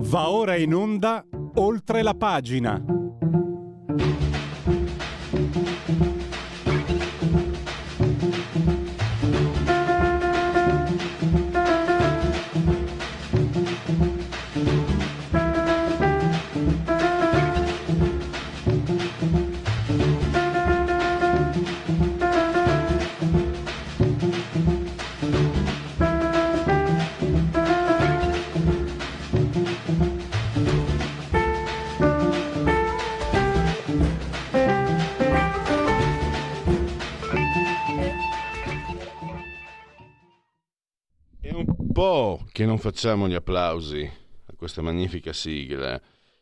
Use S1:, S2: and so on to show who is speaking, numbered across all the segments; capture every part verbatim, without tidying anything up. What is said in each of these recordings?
S1: Va ora in onda Oltre la pagina.
S2: Che non facciamo gli applausi a questa magnifica sigla.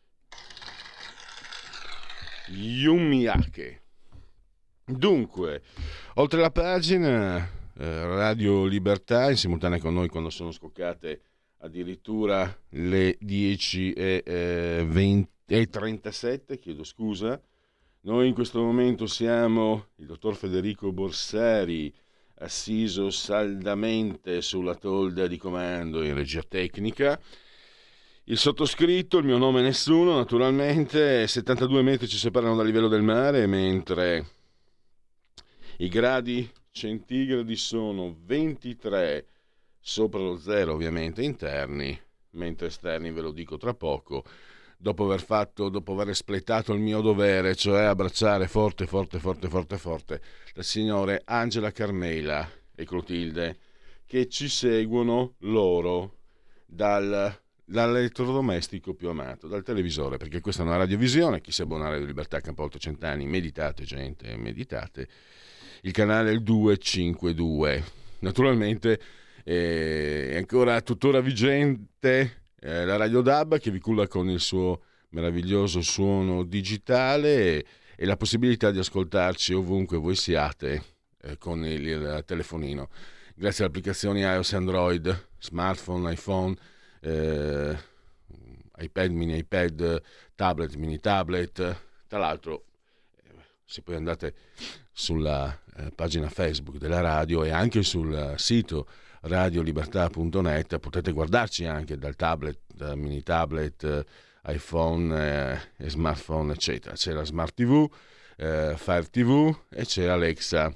S2: Yumiake. Dunque, oltre la pagina, eh, Radio Libertà in simultanea con noi quando sono scoccate addirittura le dieci e trentasette, chiedo scusa. Noi in questo momento siamo il dottor Federico Borsari, assiso saldamente sulla tolda di comando in regia tecnica, il sottoscritto, il mio nome nessuno naturalmente, settantadue metri ci separano dal livello del mare, mentre i gradi centigradi sono ventitré sopra lo zero ovviamente interni, mentre esterni ve lo dico tra poco, dopo aver fatto, dopo aver espletato il mio dovere, cioè abbracciare forte, forte, forte, forte, forte le signore Angela Carmela e Clotilde, che ci seguono loro dal, dall'elettrodomestico più amato, dal televisore, perché questa è una radiovisione, chi si abbona a Radio Libertà Campo Alto Cent'anni, meditate gente, meditate, il canale è il duecentocinquantadue, naturalmente eh, è ancora tuttora vigente eh, la Radio D A B che vi culla con il suo meraviglioso suono digitale e, e la possibilità di ascoltarci ovunque voi siate eh, con il, il telefonino grazie alle applicazioni iOS e Android, smartphone, iPhone, eh, iPad, mini iPad, tablet, mini tablet. Tra l'altro eh, se poi andate sulla eh, pagina Facebook della radio e anche sul sito radiolibertà punto net potete guardarci anche dal tablet, dal mini tablet, eh, iPhone eh, e smartphone eccetera. C'è la Smart T V, eh, Fire T V e c'è Alexa.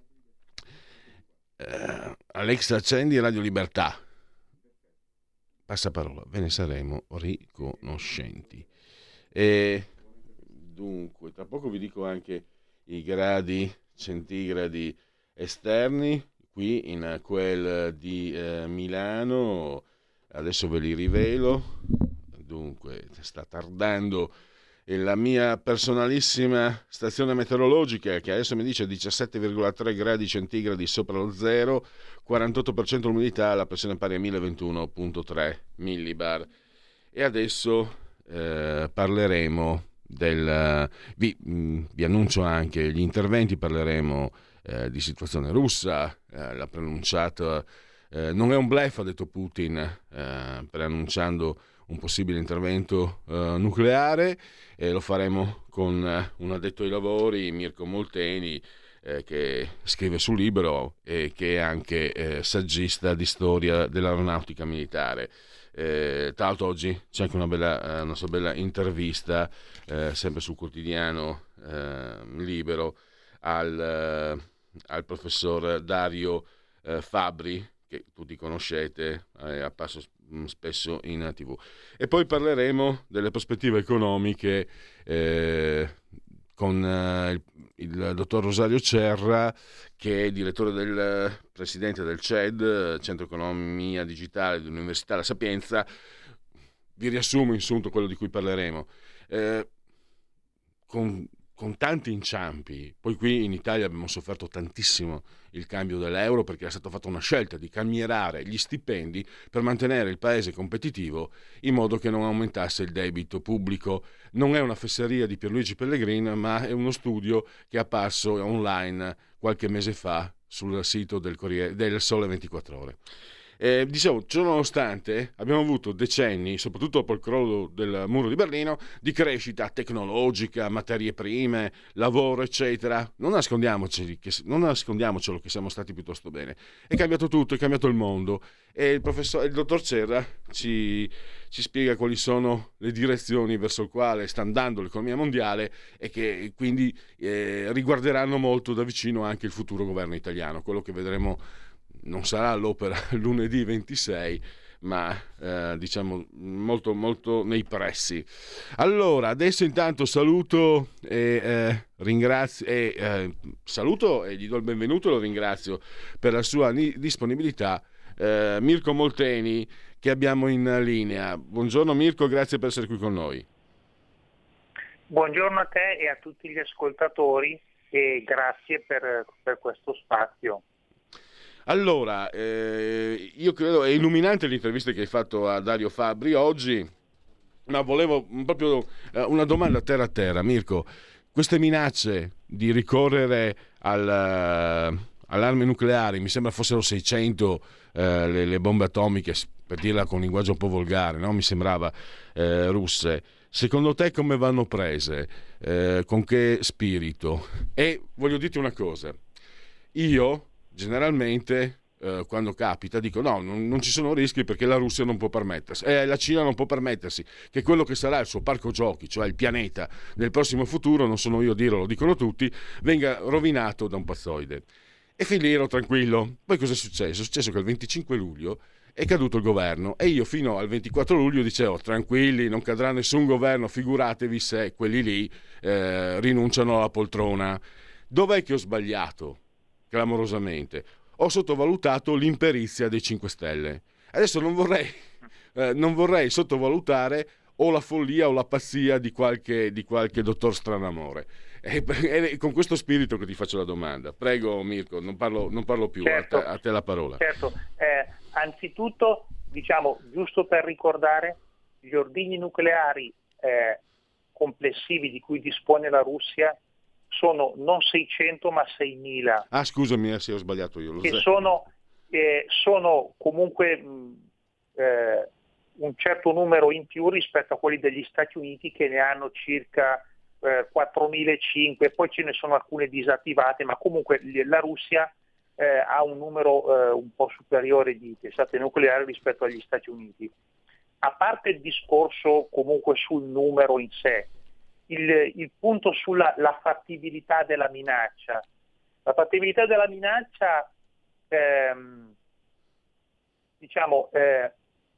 S2: eh, Alexa accendi Radio Libertà, passaparola, ve ne saremo riconoscenti. E dunque tra poco vi dico anche i gradi centigradi esterni qui in quel di eh, Milano, adesso ve li rivelo. Dunque sta tardando la mia personalissima stazione meteorologica che adesso mi dice diciassette virgola tre gradi centigradi sopra lo zero, quarantotto per cento l'umidità, la pressione pari a mille ventuno virgola tre millibar. E adesso eh, parleremo del vi, mh, vi annuncio anche gli interventi, parleremo eh, di situazione russa, eh, l'ha pronunciata eh, non è un bluff, ha detto Putin, eh, preannunciando un possibile intervento eh, nucleare, e lo faremo con eh, un addetto ai lavori, Mirko Molteni, eh, che scrive sul Libero e che è anche eh, saggista di storia dell'aeronautica militare. Eh, tra l'altro oggi c'è anche una bella, una sua bella intervista eh, sempre sul quotidiano eh, Libero al, eh, al professor Dario eh, Fabbri, che tutti conoscete, è apparso spesso in tivù. E poi parleremo delle prospettive economiche eh, con eh, il, il dottor Rosario Cerra, che è direttore del presidente del C E D, Centro Economia Digitale dell'Università La Sapienza. Vi riassumo in sunto quello di cui parleremo. Eh, con con tanti inciampi, poi qui in Italia abbiamo sofferto tantissimo il cambio dell'euro perché è stata fatta una scelta di calmierare gli stipendi per mantenere il paese competitivo in modo che non aumentasse il debito pubblico. Non è una fesseria di Pierluigi Pellegrin, ma è uno studio che è apparso online qualche mese fa sul sito del, Corriere, del Sole ventiquattro Ore. Eh, dicevo, ciononostante abbiamo avuto decenni, soprattutto dopo il crollo del muro di Berlino, di crescita tecnologica, materie prime, lavoro, eccetera. Non nascondiamoci che, non nascondiamocelo che siamo stati piuttosto bene. È cambiato tutto, è cambiato il mondo e il professor, il dottor Cerra ci, ci spiega quali sono le direzioni verso il quale sta andando l'economia mondiale e che quindi eh, riguarderanno molto da vicino anche il futuro governo italiano. Quello che vedremo non sarà all'opera lunedì ventisei, ma eh, diciamo molto molto nei pressi. Allora, adesso intanto saluto e eh, ringrazio e eh, saluto e gli do il benvenuto e lo ringrazio per la sua ni- disponibilità, eh, Mirko Molteni, che abbiamo in linea. Buongiorno Mirko, grazie per essere qui con noi.
S3: Buongiorno a te e a tutti gli ascoltatori e grazie per, per questo spazio.
S2: Allora, eh, io credo è illuminante l'intervista che hai fatto a Dario Fabbri oggi, ma volevo proprio eh, una domanda terra a terra, Mirko. Queste minacce di ricorrere al, all'arme nucleari, mi sembra fossero seicento eh, le, le bombe atomiche, per dirla con un linguaggio un po' volgare, no? Mi sembrava eh, russe. Secondo te come vanno prese? Eh, con che spirito? E voglio dirti una cosa, io generalmente eh, quando capita dico no, non, non ci sono rischi perché la Russia non può permettersi, eh, la Cina non può permettersi che quello che sarà il suo parco giochi, cioè il pianeta nel prossimo futuro, non sono io a dirlo, lo dicono tutti, venga rovinato da un pazzoide. E fin lì ero tranquillo. Poi cosa è successo? È successo che il venticinque luglio è caduto il governo e io fino al ventiquattro luglio dicevo tranquilli, non cadrà nessun governo, figuratevi se quelli lì eh, rinunciano alla poltrona. Dov'è che ho sbagliato? Clamorosamente ho sottovalutato l'imperizia dei cinque Stelle. Adesso non vorrei eh, non vorrei sottovalutare o la follia o la pazzia di qualche, di qualche dottor Stranamore. È, è con questo spirito che ti faccio la domanda. Prego Mirko, non parlo, non parlo più,
S3: certo,
S2: a, te, a te la parola.
S3: Certo, eh, anzitutto diciamo, giusto per ricordare, gli ordigni nucleari eh, complessivi di cui dispone la Russia sono non seicento ma seimila.
S2: Ah, scusami se ho sbagliato io. Lo
S3: che sono, eh, sono comunque mh, eh, un certo numero in più rispetto a quelli degli Stati Uniti, che ne hanno circa eh, quattromilacinquecento, poi ce ne sono alcune disattivate, ma comunque la Russia eh, ha un numero eh, un po' superiore di testate nucleari rispetto agli Stati Uniti. A parte il discorso comunque sul numero in sé, Il, il punto sulla la fattibilità della minaccia. La fattibilità della minaccia ehm, diciamo eh,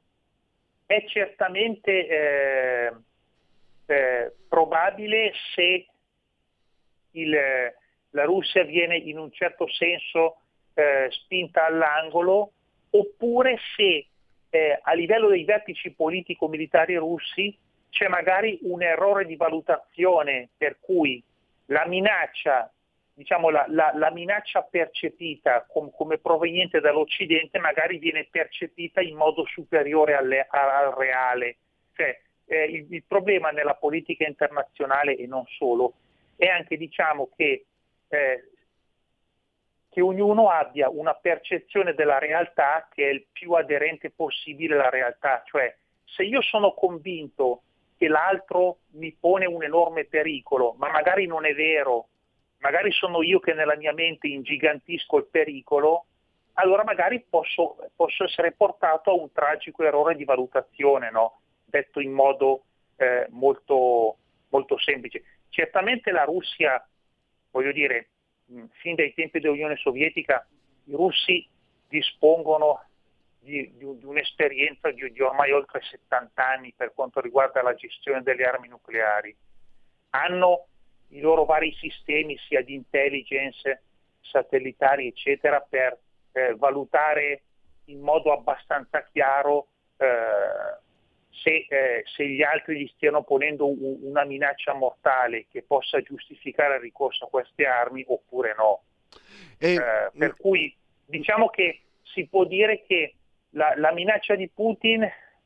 S3: è certamente eh, eh, probabile se il, la Russia viene in un certo senso eh, spinta all'angolo, oppure se eh, a livello dei vertici politico-militari russi c'è magari un errore di valutazione per cui la minaccia, diciamo la, la, la minaccia percepita com, come proveniente dall'Occidente magari viene percepita in modo superiore alle, al reale. Cioè, eh, il, il problema nella politica internazionale e non solo è anche diciamo che, eh, che ognuno abbia una percezione della realtà che è il più aderente possibile alla realtà. Cioè, se io sono convinto che l'altro mi pone un enorme pericolo, ma magari non è vero, magari sono io che nella mia mente ingigantisco il pericolo, allora magari posso, posso essere portato a un tragico errore di valutazione, no? Detto in modo eh, molto, molto semplice. Certamente la Russia, voglio dire, fin dai tempi dell'Unione Sovietica, i russi dispongono Di, di, di un'esperienza di, di ormai oltre settanta anni per quanto riguarda la gestione delle armi nucleari. Hanno i loro vari sistemi sia di intelligence, satellitari eccetera per eh, valutare in modo abbastanza chiaro eh, se, eh, se gli altri gli stiano ponendo un, una minaccia mortale che possa giustificare il ricorso a queste armi oppure no. E... Eh, per cui diciamo che si può dire che La, la minaccia di Putin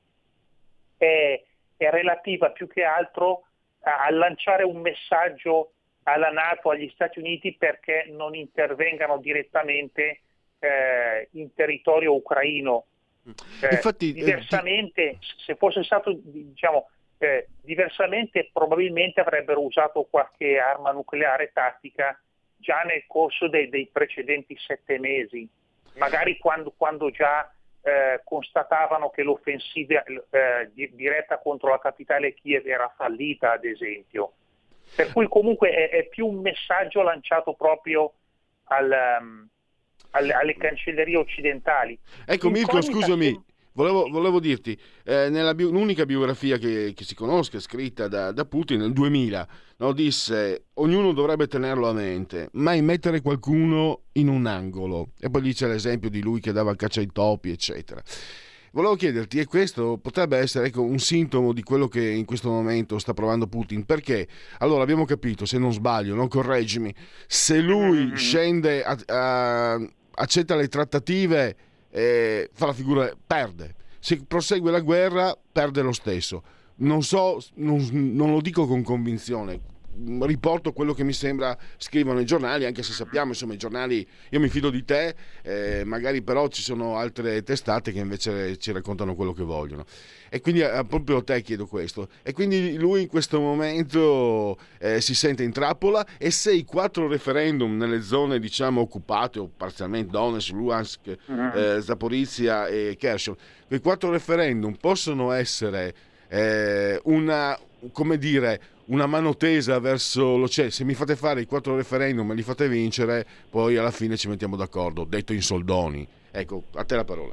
S3: è, è relativa più che altro a, a lanciare un messaggio alla NATO, agli Stati Uniti, perché non intervengano direttamente eh, in territorio ucraino, Eh,
S2: Infatti,
S3: diversamente,
S2: eh, ti...
S3: se fosse stato, diciamo, eh, diversamente probabilmente avrebbero usato qualche arma nucleare tattica già nel corso dei, dei precedenti sette mesi, magari quando, quando già eh, constatavano che l'offensiva eh, di, diretta contro la capitale Kiev era fallita, ad esempio. Per cui comunque è, è più un messaggio lanciato proprio al, um, alle, alle cancellerie occidentali.
S2: Ecco, Mirko,
S3: Incognita
S2: scusami,
S3: sem-
S2: volevo, volevo dirti, eh, nella bio, l'unica biografia che, che si conosca, scritta da, da Putin nel duemila, no, disse: ognuno dovrebbe tenerlo a mente, mai mettere qualcuno in un angolo. E poi lì c'è l'esempio di lui che dava il caccia ai topi, eccetera. Volevo chiederti, e questo potrebbe essere, ecco, un sintomo di quello che in questo momento sta provando Putin, perché allora abbiamo capito, se non sbaglio, no, correggimi, se lui scende, a, a, accetta le trattative, eh, fa la figura, perde. Se prosegue la guerra, perde lo stesso. Non so, non, non lo dico con convinzione, riporto quello che mi sembra scrivono i giornali, anche se sappiamo, insomma, i giornali, io mi fido di te, eh, magari però ci sono altre testate che invece ci raccontano quello che vogliono, e quindi eh, proprio a te chiedo questo. E quindi lui in questo momento eh, si sente in trappola, e se i quattro referendum nelle zone, diciamo, occupate o parzialmente, Donetsk, Luhansk, eh, Zaporizia e Kherson, quei quattro referendum possono essere eh, una, come dire, una mano tesa verso l'oceano. Se mi fate fare i quattro referendum e li fate vincere, poi alla fine ci mettiamo d'accordo, detto in soldoni. Ecco, a te la parola.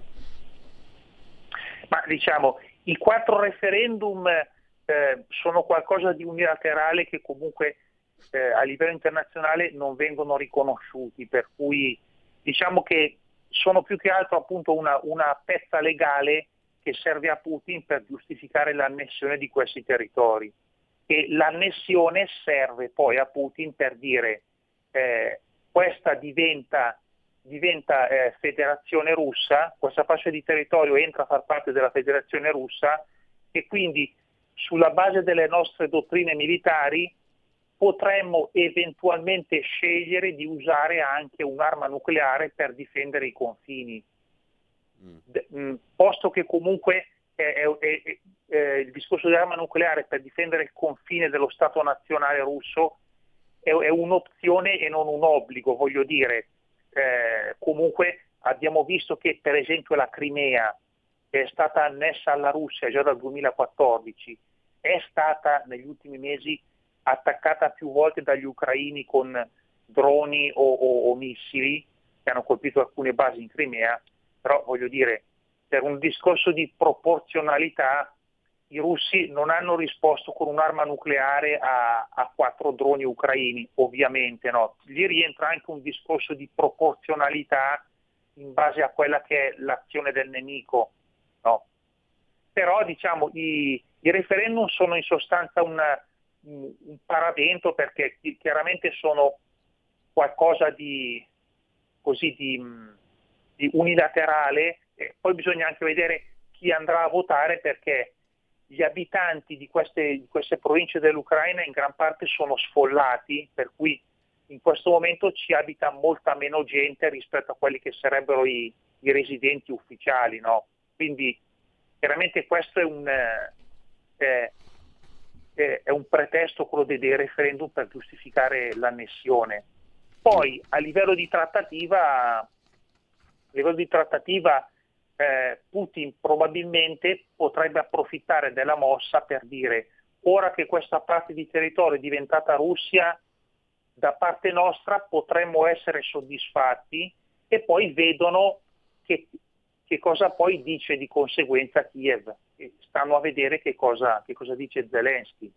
S3: Ma diciamo, i quattro referendum eh, sono qualcosa di unilaterale che comunque eh, a livello internazionale non vengono riconosciuti, per cui diciamo che sono più che altro appunto una, una pezza legale che serve a Putin per giustificare l'annessione di questi territori. E l'annessione serve poi a Putin per dire eh, questa diventa, diventa eh, federazione russa, questa fascia di territorio entra a far parte della federazione russa, e quindi sulla base delle nostre dottrine militari potremmo eventualmente scegliere di usare anche un'arma nucleare per difendere i confini. Mm. Posto che comunque è, è, è, è, il discorso dell'arma nucleare per difendere il confine dello Stato nazionale russo è, è un'opzione e non un obbligo, voglio dire. Eh, comunque abbiamo visto che per esempio la Crimea, che è stata annessa alla Russia già dal duemilaquattordici, è stata negli ultimi mesi attaccata più volte dagli ucraini con droni o, o, o missili che hanno colpito alcune basi in Crimea. Però voglio dire, per un discorso di proporzionalità, i russi non hanno risposto con un'arma nucleare a, a quattro droni ucraini, ovviamente no. Gli rientra anche un discorso di proporzionalità in base a quella che è l'azione del nemico, no. Però diciamo i, i referendum sono in sostanza un, un paravento, perché chiaramente sono qualcosa di così di di unilaterale, e poi bisogna anche vedere chi andrà a votare, perché gli abitanti di queste, di queste province dell'Ucraina in gran parte sono sfollati, per cui in questo momento ci abita molta meno gente rispetto a quelli che sarebbero i, i residenti ufficiali, no? Quindi chiaramente questo è un, eh, è, è un pretesto, quello dei, dei referendum, per giustificare l'annessione. Poi a livello di trattativa A livello di trattativa eh, Putin probabilmente potrebbe approfittare della mossa per dire: ora che questa parte di territorio è diventata Russia, da parte nostra potremmo essere soddisfatti, e poi vedono che, che cosa poi dice di conseguenza Kiev, e stanno a vedere che cosa, che cosa dice Zelensky.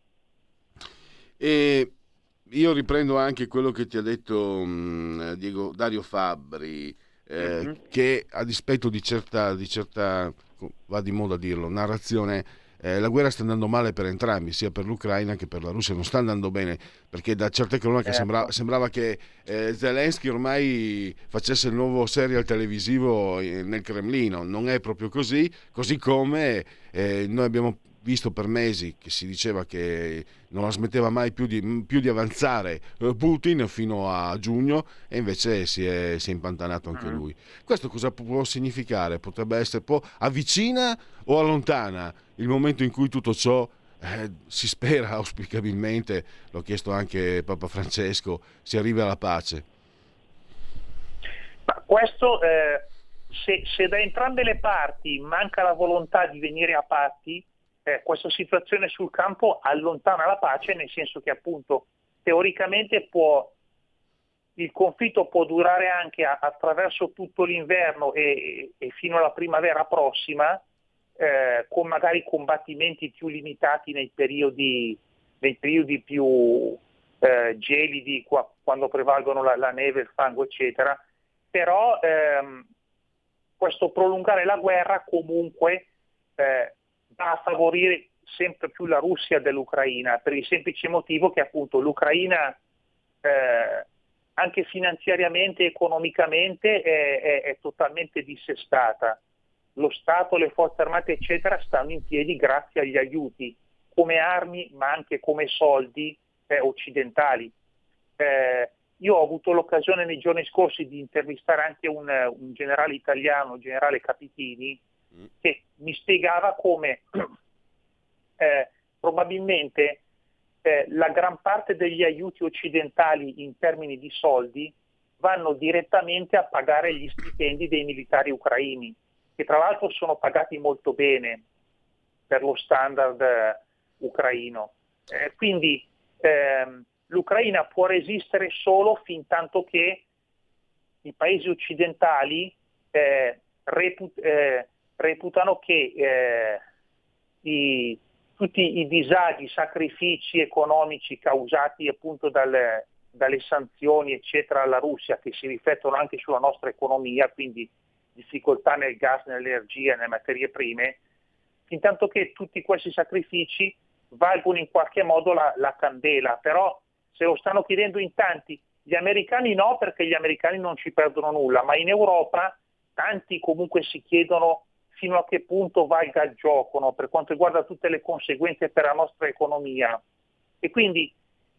S2: E io riprendo anche quello che ti ha detto mh, Diego, Dario Fabbri, Eh, mm-hmm. che a dispetto di certa, di certa, va di moda dirlo, narrazione, eh, la guerra sta andando male per entrambi, sia per l'Ucraina che per la Russia. Non sta andando bene, perché da certe cronache certo. sembra, sembrava che eh, Zelensky ormai facesse il nuovo serial televisivo nel Cremlino. Non è proprio così, così come eh, noi abbiamo visto per mesi che si diceva che non la smetteva mai più di, più di avanzare Putin fino a giugno, e invece si è, si è impantanato anche lui. Questo cosa può significare? Potrebbe essere, può, avvicina o allontana il momento in cui tutto ciò, eh, si spera auspicabilmente, l'ho chiesto anche Papa Francesco, si arriva alla pace?
S3: Ma questo, eh, se, se da entrambe le parti manca la volontà di venire a patti, eh, questa situazione sul campo allontana la pace, nel senso che appunto teoricamente può, il conflitto può durare anche a, attraverso tutto l'inverno e, e fino alla primavera prossima, eh, con magari combattimenti più limitati nei periodi, nei periodi più eh, gelidi, qua, quando prevalgono la, la neve, il fango, eccetera. Però ehm, questo prolungare la guerra comunque eh, va a favorire sempre più la Russia dell'Ucraina, per il semplice motivo che appunto l'Ucraina eh, anche finanziariamente, economicamente è, è, è totalmente dissestata. Lo Stato, le forze armate eccetera stanno in piedi grazie agli aiuti come armi ma anche come soldi eh, occidentali. Eh, io ho avuto l'occasione nei giorni scorsi di intervistare anche un, un generale italiano, il generale Capitini, che mi spiegava come eh, probabilmente eh, la gran parte degli aiuti occidentali in termini di soldi vanno direttamente a pagare gli stipendi dei militari ucraini, che tra l'altro sono pagati molto bene per lo standard eh, ucraino. Eh, quindi ehm, l'Ucraina può resistere solo fin tanto che i paesi occidentali eh, reput- eh, reputano che eh, i, tutti i disagi, i sacrifici economici causati appunto dalle, dalle sanzioni eccetera alla Russia, che si riflettono anche sulla nostra economia, quindi difficoltà nel gas, nell'energia, nelle materie prime, fin tanto che tutti questi sacrifici valgono in qualche modo la, la candela. Però se lo stanno chiedendo in tanti, gli americani no, perché gli americani non ci perdono nulla, ma in Europa tanti comunque si chiedono fino a che punto valga il gioco, no? Per quanto riguarda tutte le conseguenze per la nostra economia. E quindi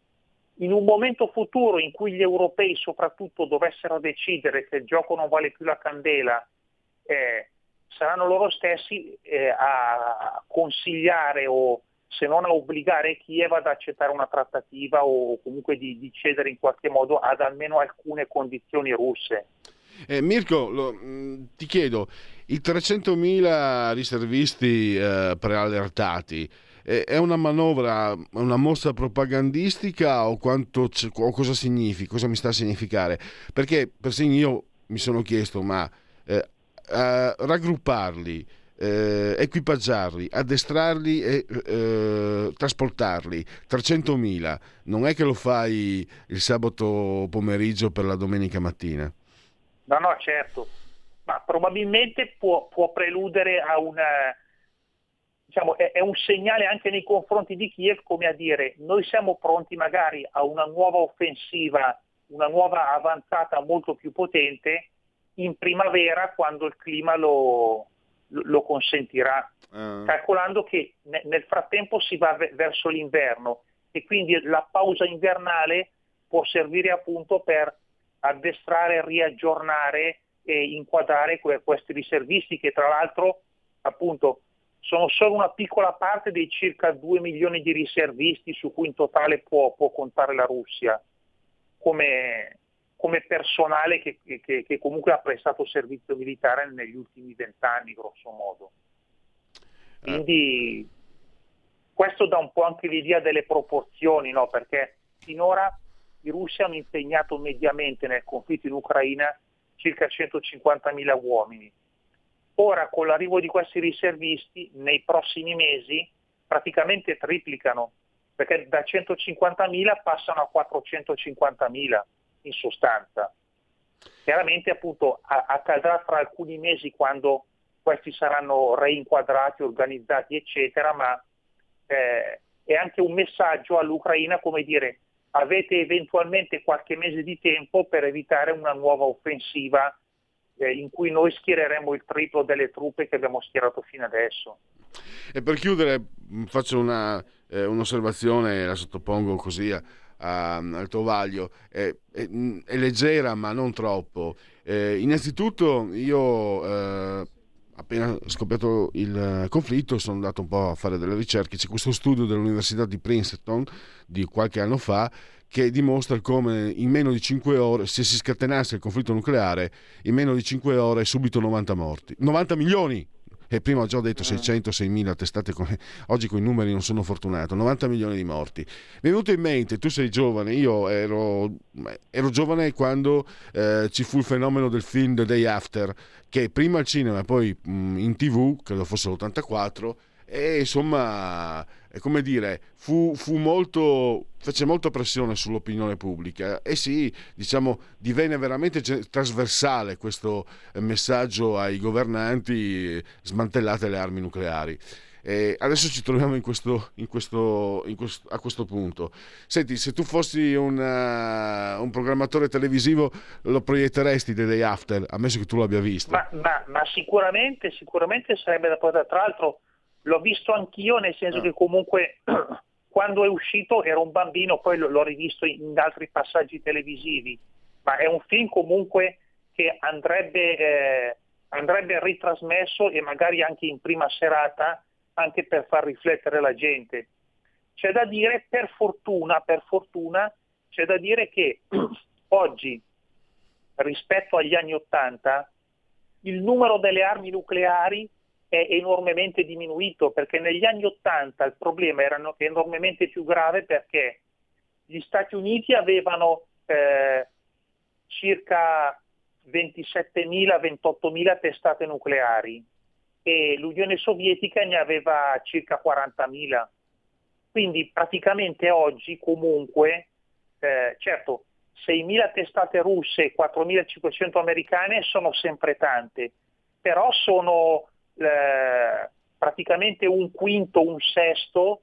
S3: in un momento futuro in cui gli europei soprattutto dovessero decidere che il gioco non vale più la candela, eh, saranno loro stessi eh, a consigliare o se non a obbligare Kiev ad accettare una trattativa o comunque di, di cedere in qualche modo ad almeno alcune condizioni russe.
S2: Eh, Mirko, lo, mh, ti chiedo, i trecentomila riservisti eh, preallertati, eh, è una manovra, una mossa propagandistica o, quanto c- o cosa significa, cosa mi sta a significare? Perché persino io mi sono chiesto, ma eh, eh, raggrupparli, eh, equipaggiarli, addestrarli e eh, trasportarli, trecentomila, non è che lo fai il sabato pomeriggio per la domenica mattina?
S3: No, no, certo, ma probabilmente può, può preludere a una, diciamo, è, è un segnale anche nei confronti di Kiev, come a dire, noi siamo pronti magari a una nuova offensiva, una nuova avanzata molto più potente in primavera, quando il clima lo, lo consentirà, uh. calcolando che ne, nel frattempo si va ve- verso l'inverno e quindi la pausa invernale può servire appunto per addestrare, riaggiornare e inquadrare que- questi riservisti, che tra l'altro appunto sono solo una piccola parte dei circa due milioni di riservisti su cui in totale può, può contare la Russia come, come personale che, che, che comunque ha prestato servizio militare negli ultimi vent'anni grosso modo. Quindi questo dà un po' anche l'idea delle proporzioni, no? Perché finora i russi hanno impegnato mediamente nel conflitto in Ucraina circa centocinquantamila uomini. Ora con l'arrivo di questi riservisti nei prossimi mesi praticamente triplicano, perché da centocinquantamila passano a quattrocentocinquantamila in sostanza. Chiaramente appunto accadrà fra alcuni mesi quando questi saranno reinquadrati, organizzati eccetera, ma eh, è anche un messaggio all'Ucraina, come dire, avete eventualmente qualche mese di tempo per evitare una nuova offensiva eh, in cui noi schiereremo il triplo delle truppe che abbiamo schierato fino adesso.
S2: E per chiudere faccio una, eh, un'osservazione, la sottopongo così a, a, al tuo vaglio, è, è, è leggera ma non troppo. Eh, innanzitutto io eh, appena scoppiato il conflitto sono andato un po' a fare delle ricerche. C'è questo studio dell'Università di Princeton di qualche anno fa che dimostra come in meno di cinque ore, se si scatenasse il conflitto nucleare, in meno di cinque ore subito novanta morti, novanta milioni. E prima ho già detto seicento seimila testate, con... oggi con i numeri non sono fortunato, novanta milioni di morti. Mi è venuto in mente, tu sei giovane, io ero, ero giovane quando eh, ci fu il fenomeno del film The Day After, che prima al cinema e poi mh, in tv, credo fosse l'ottantaquattro, e insomma, come dire, fu, fu molto, fece molta pressione sull'opinione pubblica e sì, diciamo, divenne veramente trasversale questo messaggio ai governanti: smantellate le armi nucleari. E adesso ci troviamo in questo, in questo, in questo, a questo punto. Senti, se tu fossi una, un programmatore televisivo, lo proietteresti The Day After, ammesso che tu l'abbia visto?
S3: Ma, ma, ma sicuramente, sicuramente sarebbe da portare. Tra l'altro l'ho visto anch'io, nel senso ah. che comunque quando è uscito ero un bambino, poi l'ho rivisto in altri passaggi televisivi, ma è un film comunque che andrebbe, eh, andrebbe ritrasmesso e magari anche in prima serata, anche per far riflettere la gente. C'è da dire, per fortuna, per fortuna, c'è da dire che oggi, rispetto agli anni Ottanta, il numero delle armi nucleari è enormemente diminuito, perché negli anni Ottanta il problema era enormemente più grave, perché gli Stati Uniti avevano eh, circa ventisettemila ventottomila testate nucleari e l'Unione Sovietica ne aveva circa quarantamila. Quindi praticamente oggi comunque, eh, certo, seimila testate russe e quattromilacinquecento americane sono sempre tante, però sono eh, praticamente un quinto, un sesto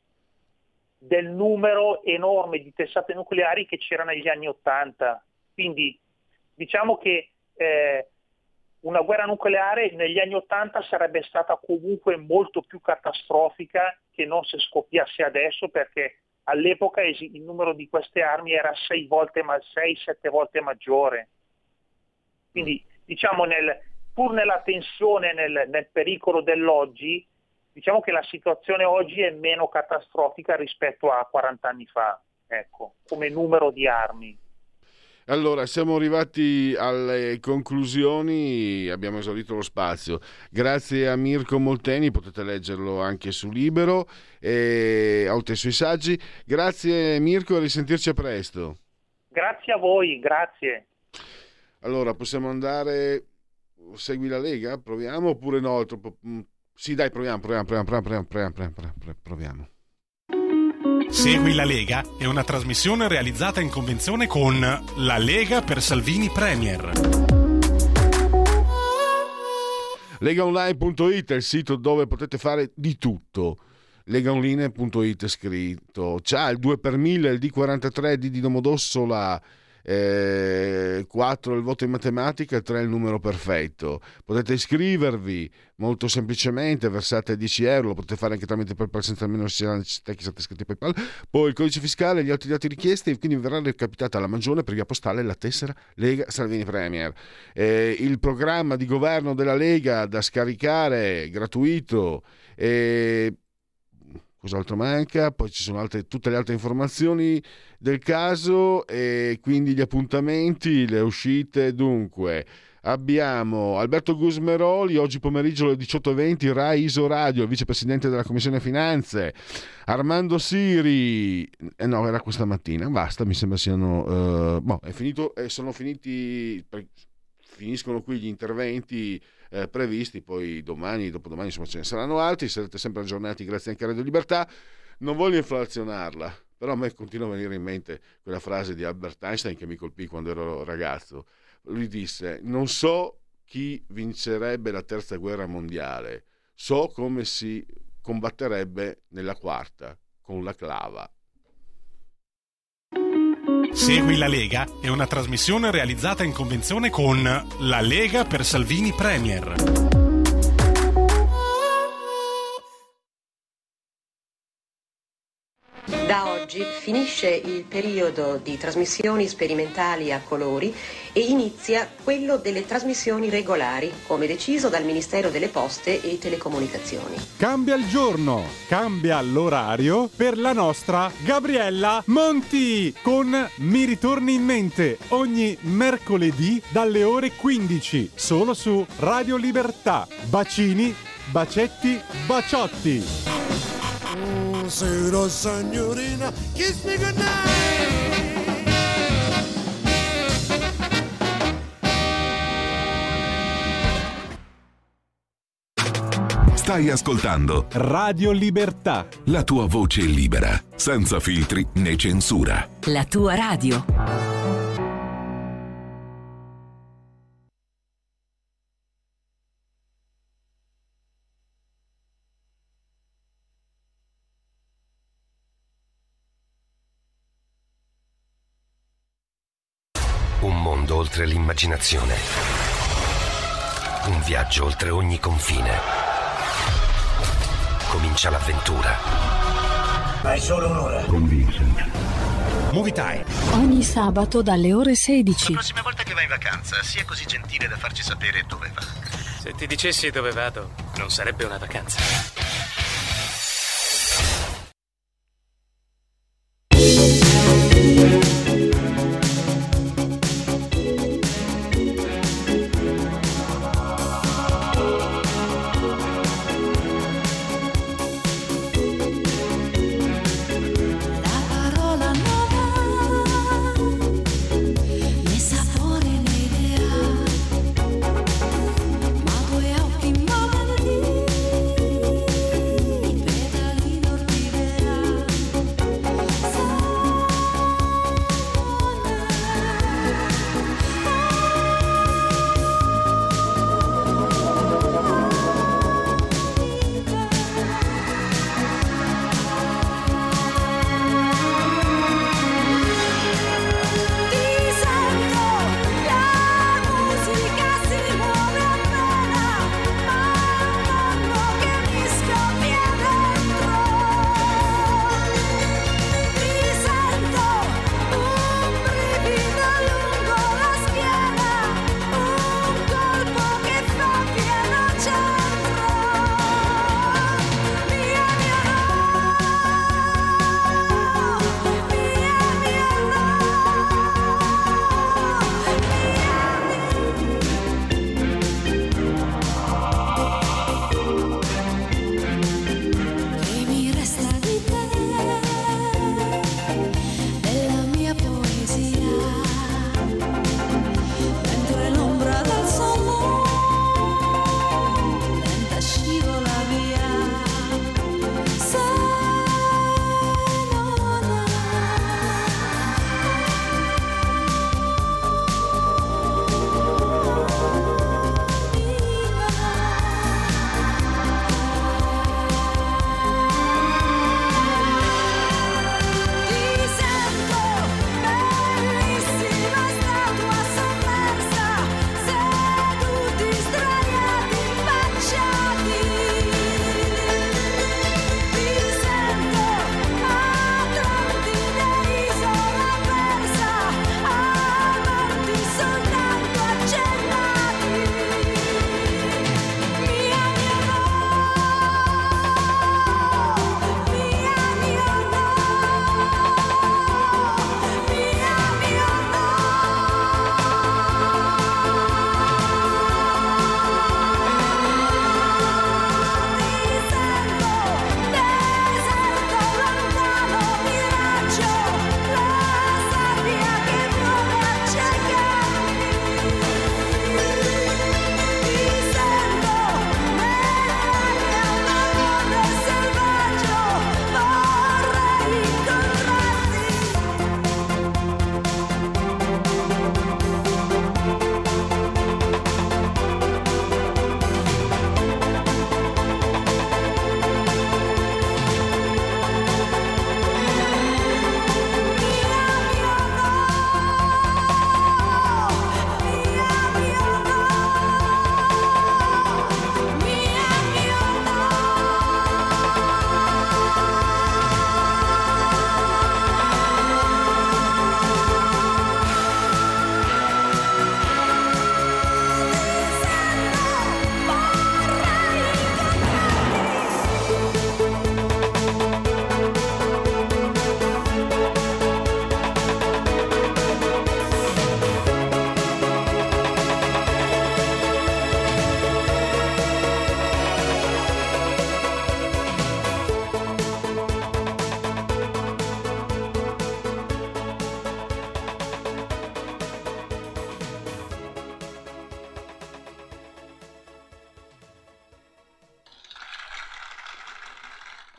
S3: del numero enorme di testate nucleari che c'era negli anni Ottanta. Quindi diciamo che eh, una guerra nucleare negli anni Ottanta sarebbe stata comunque molto più catastrofica che non se scoppiasse adesso, perché all'epoca il numero di queste armi era sei volte, ma sei sette volte maggiore. Quindi diciamo nel, pur nella tensione, nel, nel pericolo dell'oggi, diciamo che la situazione oggi è meno catastrofica rispetto a quaranta anni fa, ecco, come numero di armi.
S2: Allora, siamo arrivati alle conclusioni, abbiamo esaurito lo spazio. Grazie a Mirko Molteni, potete leggerlo anche su Libero, e oltre ai suoi saggi. Grazie Mirko, a risentirci a presto.
S3: Grazie a voi, grazie.
S2: Allora, possiamo andare, segui la Lega? Proviamo oppure no? Troppo... Sì, dai, proviamo, proviamo, proviamo, proviamo, proviamo, proviamo, proviamo.
S1: Segui la Lega è una trasmissione realizzata in convenzione con La Lega per Salvini Premier.
S2: Legaonline punto it è il sito dove potete fare di tutto. Legaonline punto it è scritto. C'ha il due per mille, il D quarantatré, D di Domodossola, eh, quattro il voto in matematica, tre il numero perfetto. Potete iscrivervi molto semplicemente, versate dieci euro, lo potete fare anche tramite PayPal senza almeno necessità che siate iscritti a PayPal. Poi il codice fiscale e gli altri dati richiesti, e quindi verrà recapitata alla Magione per via postale la tessera Lega Salvini Premier. Eh, il programma di governo della Lega da scaricare gratuito. E cos'altro manca? Poi ci sono altre, tutte le altre informazioni del caso, e quindi gli appuntamenti, le uscite. Dunque abbiamo Alberto Gusmeroli oggi pomeriggio alle diciotto e venti, Rai Iso Radio, il vicepresidente della Commissione Finanze. Armando Siri, eh no, era questa mattina, basta, mi sembra siano uh, boh, è finito, eh, sono finiti, finiscono qui gli interventi Eh, previsti, poi domani, dopodomani, insomma ce ne saranno altri, sarete sempre aggiornati grazie anche a Radio Libertà. Non voglio inflazionarla, però a me continua a venire in mente quella frase di Albert Einstein che mi colpì quando ero ragazzo. Lui disse: non so chi vincerebbe la terza guerra mondiale, so come si combatterebbe nella quarta, con la clava.
S1: Segui la Lega è una trasmissione realizzata in convenzione con La Lega per Salvini Premier.
S4: oggi finisce il periodo di trasmissioni sperimentali a colori e inizia quello delle trasmissioni regolari, come deciso dal Ministero delle Poste e Telecomunicazioni.
S5: Cambia il giorno, cambia l'orario per la nostra Gabriella Monti con Mi ritorni in mente ogni mercoledì dalle ore quindici, solo su Radio Libertà. Bacini, bacetti, baciotti.
S6: Mm, sera signorina, kiss me goodnight.
S7: Stai ascoltando
S5: Radio Libertà,
S7: la tua voce libera, senza filtri né censura.
S8: La tua radio.
S9: Un mondo oltre l'immaginazione. Un viaggio oltre ogni confine. Comincia l'avventura. Hai solo un'ora.
S7: Con Vincent.
S1: Movie Time.
S10: Ogni sabato dalle ore sedici.
S11: La prossima volta che vai in vacanza, sia così gentile da farci sapere dove va.
S12: Se ti dicessi dove vado, non sarebbe una vacanza.
S6: Ma tuoi occhi morbidi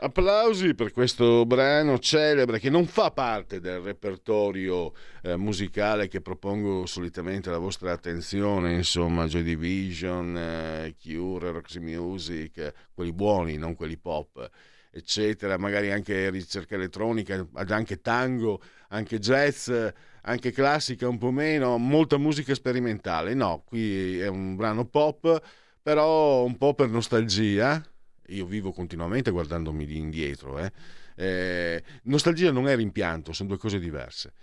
S2: Applausi per questo brano celebre che non fa parte del repertorio eh, musicale che propongo solitamente alla vostra attenzione, insomma Joy Division, eh, Cure, Roxy Music, eh, quelli buoni, non quelli pop, eccetera, magari anche ricerca elettronica, anche tango, anche jazz, anche classica un po' meno, molta musica sperimentale. No, qui è un brano pop, però un po' per nostalgia. Io vivo continuamente guardandomi di indietro. Eh. Eh, nostalgia non è rimpianto, sono due cose diverse.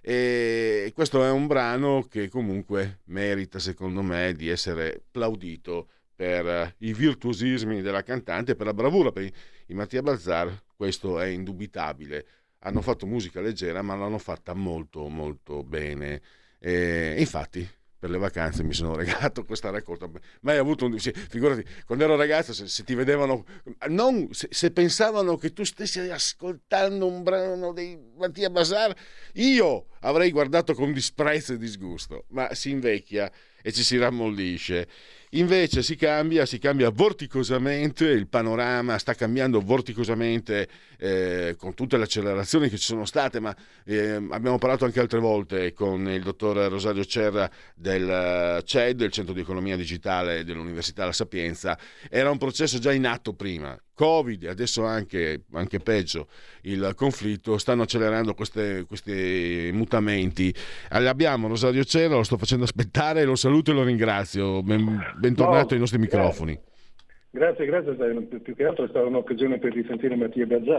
S2: E questo è un brano che comunque merita, secondo me, di essere plaudito per i virtuosismi della cantante, per la bravura, per i Mattia Balzar. Questo è indubitabile. Hanno fatto musica leggera, ma l'hanno fatta molto, molto bene. E infatti, per le vacanze mi sono regalato questa raccolta. Mai avuto un... Sì, figurati, quando ero ragazzo, se, se ti vedevano, non, se, se pensavano che tu stessi ascoltando un brano dei Mattia Balzar, io avrei guardato con disprezzo e disgusto, ma si invecchia e ci si rammollisce. Invece si cambia, si cambia vorticosamente, il panorama sta cambiando vorticosamente eh, con tutte le accelerazioni che ci sono state, ma eh, abbiamo parlato anche altre volte con il dottor Rosario Cerra del C E D, il Centro di Economia Digitale dell'Università La Sapienza. Era un processo già in atto prima. Covid, adesso anche, anche peggio, il conflitto, stanno accelerando queste, questi mutamenti. Abbiamo Rosario Cerra, lo sto facendo aspettare, lo saluto e lo ringrazio. Ben, bentornato no, ai nostri microfoni.
S8: Grazie, grazie, più che altro è stata un'occasione per risentire Mattia Balzar.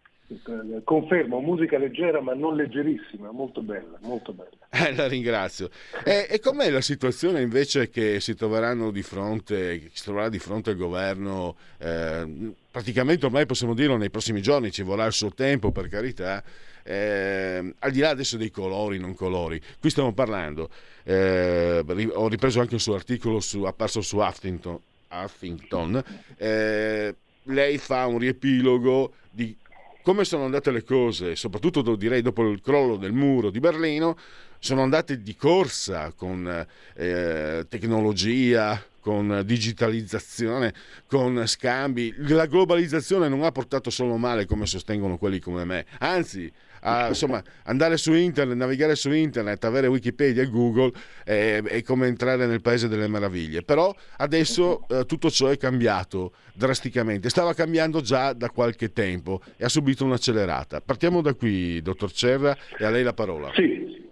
S8: Confermo, musica leggera ma non leggerissima, molto bella, molto bella.
S2: Eh, la ringrazio. E, e com'è la situazione invece che si troveranno di fronte, che si troverà di fronte il governo? Eh, praticamente ormai possiamo dirlo nei prossimi giorni, ci vorrà il suo tempo, per carità. Eh, al di là adesso dei colori, non colori, qui stiamo parlando. Eh, ho ripreso anche il suo articolo su, apparso su Huffington. Huffington. Eh, lei fa un riepilogo di come sono andate le cose, soprattutto direi dopo il crollo del muro di Berlino. Sono andate di corsa con eh, tecnologia, con digitalizzazione, con scambi. La globalizzazione non ha portato solo male, come sostengono quelli come me, anzi, a, insomma, andare su internet, navigare su internet, avere Wikipedia e Google è, è come entrare nel paese delle meraviglie. Però adesso eh, tutto ciò è cambiato drasticamente, stava cambiando già da qualche tempo e ha subito un'accelerata. Partiamo da qui, dottor Cerra, e a lei la parola.
S8: Sì.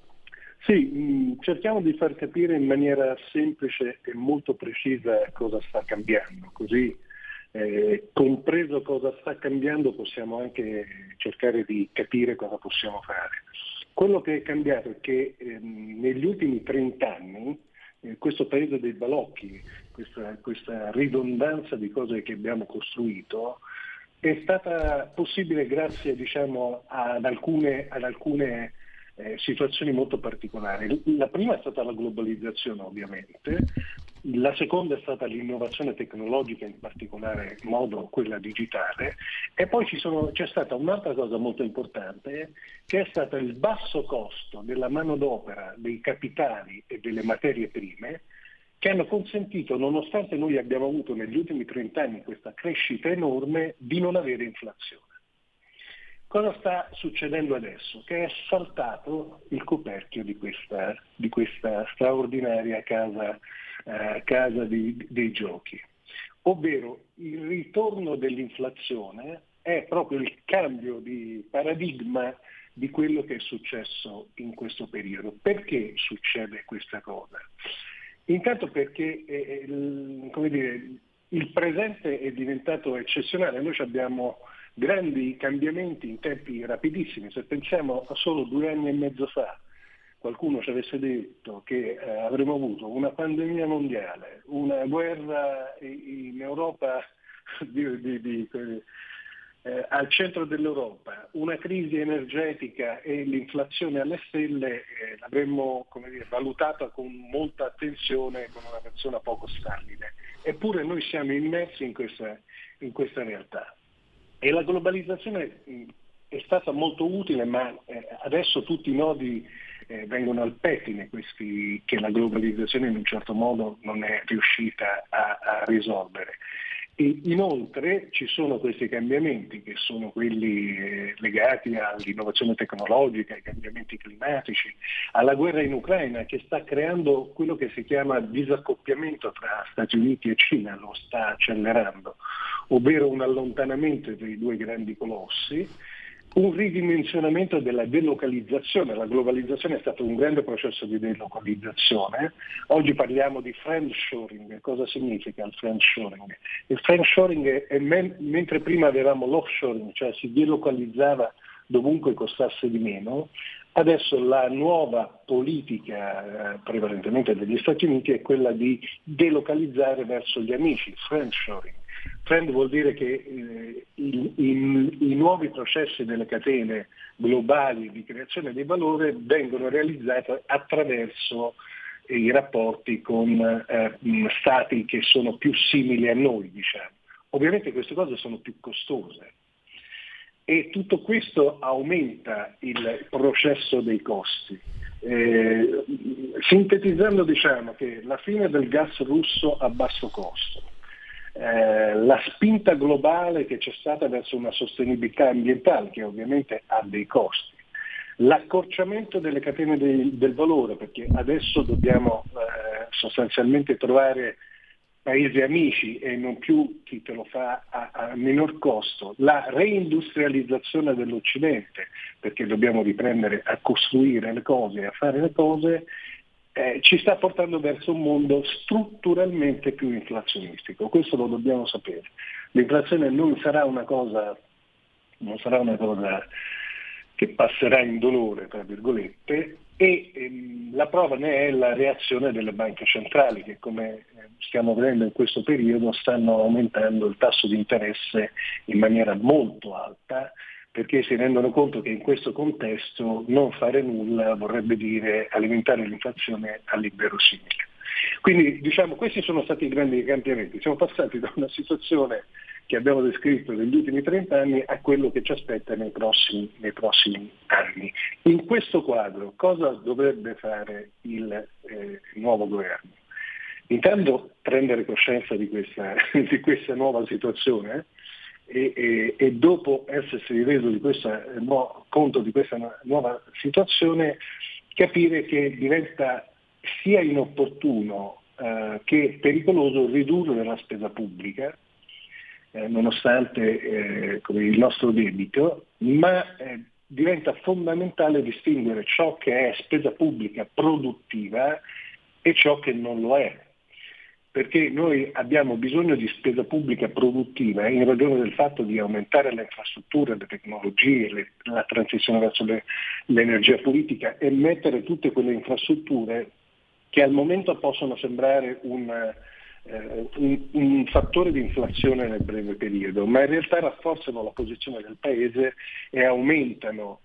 S8: Sì, cerchiamo di far capire in maniera semplice e molto precisa cosa sta cambiando, così eh, compreso cosa sta cambiando possiamo anche cercare di capire cosa possiamo fare. Quello che è cambiato è che eh, negli ultimi trent'anni eh, questo paese dei balocchi, questa, questa ridondanza di cose che abbiamo costruito, è stata possibile grazie, diciamo, ad alcune, ad alcune Eh, situazioni molto particolari. La prima è stata la globalizzazione, ovviamente, la seconda è stata l'innovazione tecnologica, in particolare modo quella digitale, e poi ci sono, c'è stata un'altra cosa molto importante, che è stato il basso costo della manodopera, dei capitali e delle materie prime, che hanno consentito, nonostante noi abbiamo avuto negli ultimi trent'anni questa crescita enorme, di non avere inflazione. Cosa sta succedendo adesso? Che è saltato il coperchio di questa, di questa straordinaria casa, eh, casa di, dei giochi. Ovvero il ritorno dell'inflazione è proprio il cambio di paradigma di quello che è successo in questo periodo. Perché succede questa cosa? Intanto perché eh, il, come dire, il presente è diventato eccezionale. Noi abbiamo grandi cambiamenti in tempi rapidissimi. Se pensiamo a solo due anni e mezzo fa, qualcuno ci avesse detto che eh, avremmo avuto una pandemia mondiale, una guerra in Europa di, di, di, eh, al centro dell'Europa, una crisi energetica e l'inflazione alle stelle, eh, l'avremmo, come dire, valutata con molta attenzione, con una persona poco stabile. Eppure noi siamo immersi in questa, in questa realtà. E la globalizzazione è stata molto utile, ma adesso tutti i nodi vengono al pettine, questi che la globalizzazione in un certo modo non è riuscita a, a risolvere. E inoltre ci sono questi cambiamenti che sono quelli eh, legati all'innovazione tecnologica, ai cambiamenti climatici, alla guerra in Ucraina, che sta creando quello che si chiama disaccoppiamento tra Stati Uniti e Cina, lo sta accelerando, ovvero un allontanamento dei due grandi colossi, un ridimensionamento della delocalizzazione. La globalizzazione è stato un grande processo di delocalizzazione. Oggi parliamo di friendshoring. Cosa significa il friendshoring? Il friendshoring è men- mentre prima avevamo l'offshoring, cioè si delocalizzava dovunque costasse di meno, adesso la nuova politica eh, prevalentemente degli Stati Uniti è quella di delocalizzare verso gli amici, friendshoring. Friend vuol dire che eh, il, il, i nuovi processi delle catene globali di creazione di valore vengono realizzati attraverso i rapporti con eh, stati che sono più simili a noi, diciamo. Ovviamente queste cose sono più costose e tutto questo aumenta il processo dei costi. Eh, sintetizzando, diciamo che la fine del gas russo a basso costo, Eh, la spinta globale che c'è stata verso una sostenibilità ambientale che ovviamente ha dei costi, l'accorciamento delle catene del, del valore, perché adesso dobbiamo eh, sostanzialmente trovare paesi amici e non più chi te lo fa a, a minor costo, la reindustrializzazione dell'Occidente, perché dobbiamo riprendere a costruire le cose e a fare le cose, Eh, ci sta portando verso un mondo strutturalmente più inflazionistico. Questo lo dobbiamo sapere. L'inflazione non sarà una cosa, non sarà una cosa che passerà indolore, tra virgolette, e ehm, la prova ne è la reazione delle banche centrali che, come stiamo vedendo in questo periodo, stanno aumentando il tasso di interesse in maniera molto alta, perché si rendono conto che in questo contesto non fare nulla vorrebbe dire alimentare l'inflazione all'inverosimile. Quindi diciamo questi sono stati i grandi cambiamenti. Siamo passati da una situazione che abbiamo descritto negli ultimi trenta anni a quello che ci aspetta nei prossimi, nei prossimi anni. In questo quadro cosa dovrebbe fare il, eh, il nuovo governo? Intanto prendere coscienza di questa, di questa nuova situazione, E, e, e dopo essersi reso di questa, no, conto di questa nuova situazione, capire che diventa sia inopportuno eh, che pericoloso ridurre la spesa pubblica, eh, nonostante eh, come il nostro debito, ma eh, diventa fondamentale distinguere ciò che è spesa pubblica produttiva e ciò che non lo è. Perché noi abbiamo bisogno di spesa pubblica produttiva in ragione del fatto di aumentare le infrastrutture, le tecnologie, le, la transizione verso le, l'energia politica e mettere tutte quelle infrastrutture che al momento possono sembrare un, eh, un, un fattore di inflazione nel breve periodo, ma in realtà rafforzano la posizione del Paese e aumentano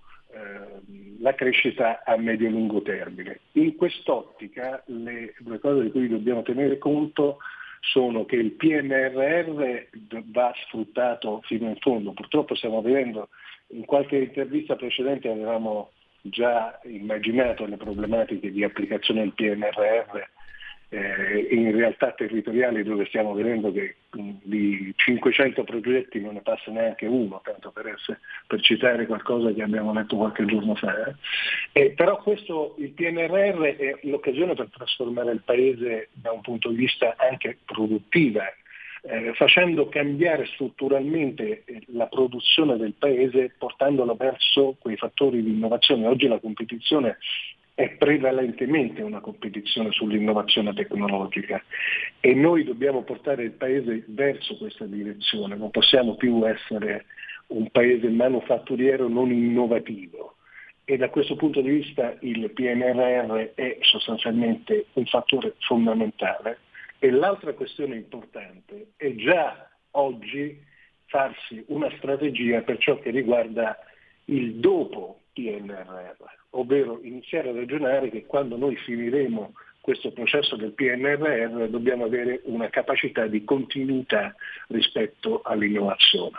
S8: la crescita a medio-lungo termine. In quest'ottica le due cose di cui dobbiamo tenere conto sono che il P N R R va sfruttato fino in fondo. Purtroppo stiamo vedendo, in qualche intervista precedente avevamo già immaginato le problematiche di applicazione del P N R R eh, in realtà territoriali dove stiamo vedendo che mh, di cinquecento progetti non ne passa neanche uno, tanto per, essere, per citare qualcosa che abbiamo letto qualche giorno fa. Eh. E, però questo, il P N R R è l'occasione per trasformare il Paese da un punto di vista anche produttivo, eh, facendo cambiare strutturalmente la produzione del Paese, portandola verso quei fattori di innovazione. Oggi la competizione è prevalentemente una competizione sull'innovazione tecnologica e noi dobbiamo portare il Paese verso questa direzione, non possiamo più essere un Paese manufatturiero non innovativo e da questo punto di vista il P N R R è sostanzialmente un fattore fondamentale. E l'altra questione importante è già oggi farsi una strategia per ciò che riguarda il dopo P N R R, ovvero iniziare a ragionare che quando noi finiremo questo processo del P N R R dobbiamo avere una capacità di continuità rispetto all'innovazione.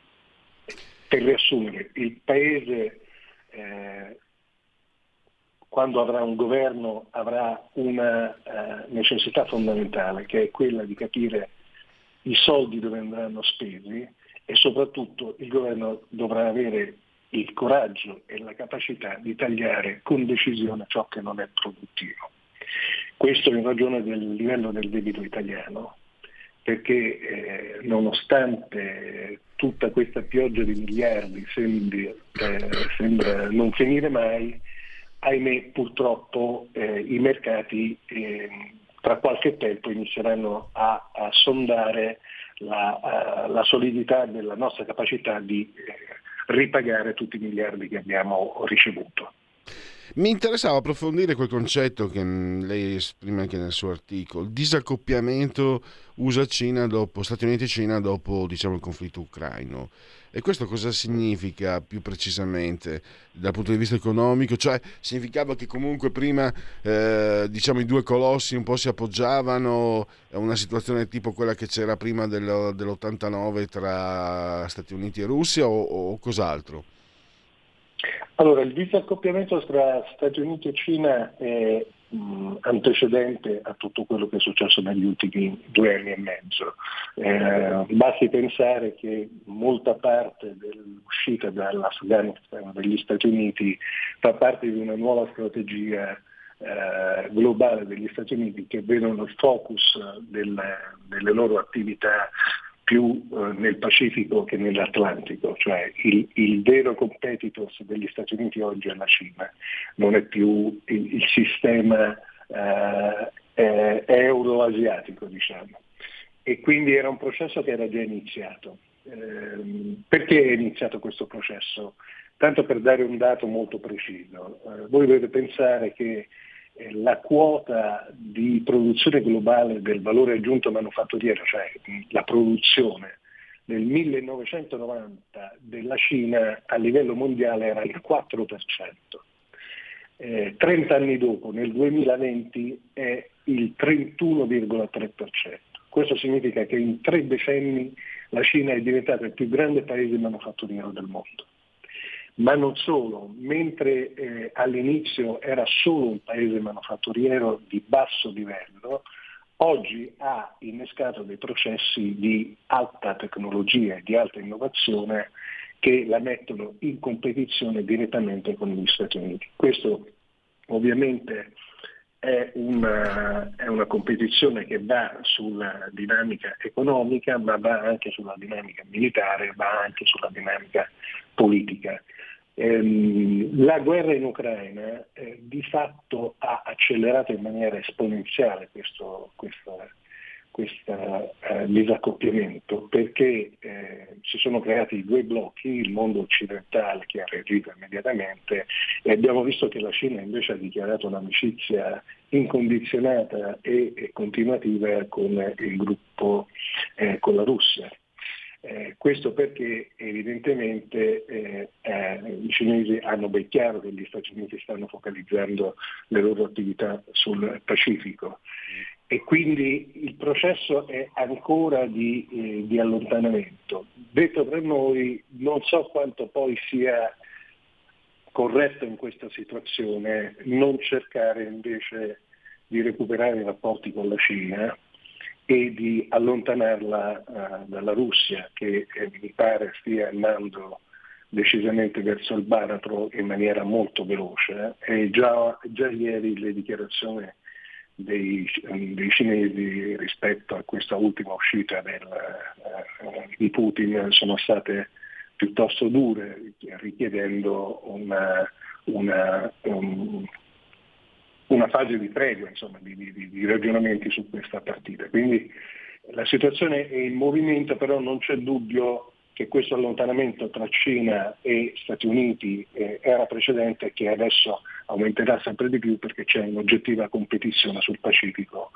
S8: Per riassumere, il Paese eh, quando avrà un governo avrà una uh, necessità fondamentale che è quella di capire i soldi dove andranno spesi e soprattutto il governo dovrà avere il coraggio e la capacità di tagliare con decisione ciò che non è produttivo. Questo in ragione del livello del debito italiano, perché eh, nonostante tutta questa pioggia di miliardi sembri, eh, sembra non finire mai, ahimè purtroppo eh, i mercati eh, tra qualche tempo inizieranno a, a sondare la, uh, la solidità della nostra capacità di eh, ripagare tutti i miliardi che abbiamo ricevuto.
S2: Mi interessava approfondire quel concetto che lei esprime anche nel suo articolo, il disaccoppiamento U S A-Cina dopo, Stati Uniti-Cina dopo, diciamo, il conflitto ucraino. E questo cosa significa più precisamente dal punto di vista economico? Cioè significava che comunque prima eh, diciamo i due colossi un po' si appoggiavano, a una situazione tipo quella che c'era prima del, dell'ottantanove tra Stati Uniti e Russia o, o cos'altro?
S8: Allora, il disaccoppiamento tra Stati Uniti e Cina è mh, antecedente a tutto quello che è successo negli ultimi due anni e mezzo. Eh, basti pensare che molta parte dell'uscita dall'Afghanistan degli Stati Uniti fa parte di una nuova strategia eh, globale degli Stati Uniti che vedono il focus del, delle loro attività più eh, nel Pacifico che nell'Atlantico, cioè il, il vero competitor degli Stati Uniti oggi è la Cina, non è più il, il sistema eh, eh, euroasiatico, diciamo. E quindi era un processo che era già iniziato. Eh, perché è iniziato questo processo? Tanto per dare un dato molto preciso, eh, voi dovete pensare che la quota di produzione globale del valore aggiunto manufatturiero, cioè la produzione nel millenovecentonovanta della Cina a livello mondiale era il quattro per cento. Eh, trenta anni dopo, nel duemilaventi, è il trentuno virgola tre per cento. Questo significa che in tre decenni la Cina è diventata il più grande paese manufatturiero del mondo. Ma non solo, mentre eh, all'inizio era solo un paese manufatturiero di basso livello, oggi ha innescato dei processi di alta tecnologia e di alta innovazione che la mettono in competizione direttamente con gli Stati Uniti. Questo ovviamente è una, è una competizione che va sulla dinamica economica, ma va anche sulla dinamica militare, va anche sulla dinamica politica. Ehm, la guerra in Ucraina eh, di fatto ha accelerato in maniera esponenziale questo, questo, questo eh, disaccoppiamento, perché eh, si sono creati due blocchi, il mondo occidentale che ha reagito immediatamente e abbiamo visto che la Cina invece ha dichiarato un'amicizia incondizionata e, e continuativa con il gruppo, eh, con la Russia. Eh, questo perché evidentemente eh, eh, i cinesi hanno ben chiaro che gli Stati Uniti stanno focalizzando le loro attività sul Pacifico e quindi il processo è ancora di, eh, di allontanamento. Detto tra noi, non so quanto poi sia corretto in questa situazione non cercare invece di recuperare i rapporti con la Cina e di allontanarla uh, dalla Russia, che eh, mi pare stia andando decisamente verso il baratro in maniera molto veloce. Eh. E già, già ieri le dichiarazioni dei, dei cinesi rispetto a questa ultima uscita del, uh, di Putin sono state piuttosto dure, richiedendo una, una um, una fase di tregua, insomma, di, di, di ragionamenti su questa partita. Quindi la situazione è in movimento, però non c'è dubbio che questo allontanamento tra Cina e Stati Uniti eh, era precedente e che adesso aumenterà sempre di più perché c'è un'oggettiva competizione sul Pacifico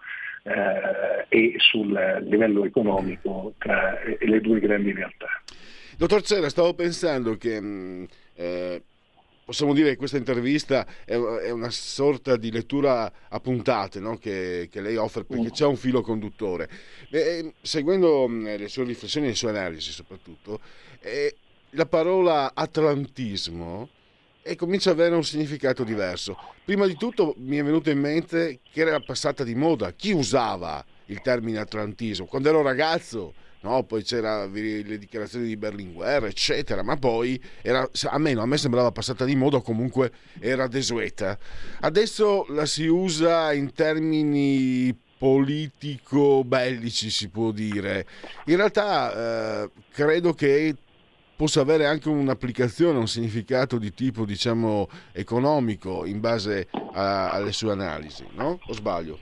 S8: eh, e sul livello economico tra eh, le due grandi realtà.
S2: Dottor Cera, stavo pensando che mh, eh, possiamo dire che questa intervista è una sorta di lettura a puntate, no? che, che lei offre, perché c'è un filo conduttore. E, seguendo le sue riflessioni e le sue analisi soprattutto, eh, la parola atlantismo e comincia ad avere un significato diverso. Prima di tutto mi è venuto in mente che era passata di moda. Chi usava il termine atlantismo? Quando ero ragazzo, no? Poi c'era le dichiarazioni di Berlinguer, eccetera, ma poi era, a me, a me sembrava passata di moda, o comunque era desueta. Adesso la si usa in termini politico-bellici, si può dire. In realtà eh, credo che possa avere anche un'applicazione, un significato di tipo, diciamo, economico in base a, alle sue analisi, no? O sbaglio?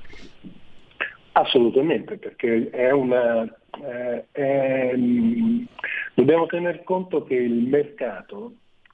S8: Assolutamente, perché è una eh, è, dobbiamo tener conto che il mercato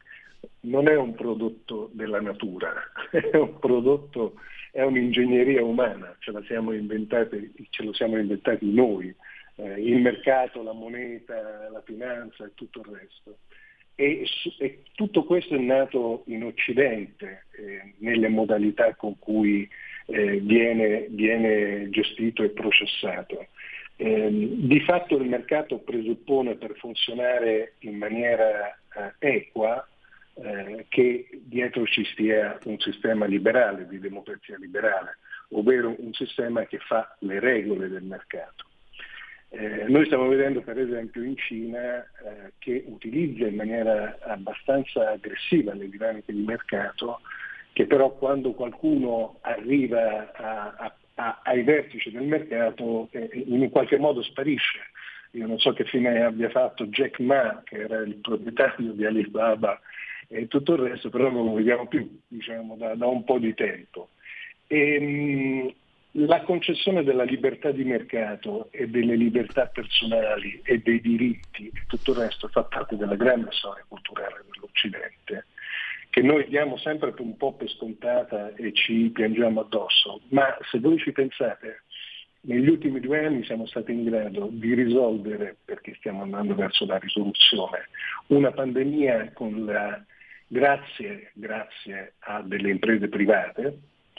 S8: non è un prodotto della natura, è un prodotto, è un'ingegneria umana, ce la siamo inventati, ce lo siamo inventati noi. Eh, il mercato, la moneta, la finanza e tutto il resto. E, e tutto questo è nato in Occidente, eh, nelle modalità con cui eh, viene, viene gestito e processato. Eh, di fatto il mercato presuppone, per funzionare in maniera eh, equa, eh, che dietro ci stia un sistema liberale, di democrazia liberale, ovvero un sistema che fa le regole del mercato. Eh, noi stiamo vedendo per esempio in Cina eh, che utilizza in maniera abbastanza aggressiva le dinamiche di mercato, che però quando qualcuno arriva a, a, a, ai vertici del mercato eh, in qualche modo sparisce. Io non so che fine abbia fatto Jack Ma, che era il proprietario di Alibaba e tutto il resto, però non lo vediamo più, diciamo, da, da un po' di tempo. E, mh, la concessione della libertà di mercato e delle libertà personali e dei diritti e tutto il resto fa parte della grande storia culturale dell'Occidente, che noi diamo sempre un po' per scontata e ci piangiamo addosso, ma se voi ci pensate, negli ultimi due anni siamo stati in grado di risolvere, perché stiamo andando verso la risoluzione, una pandemia con la, grazie, grazie a delle imprese private,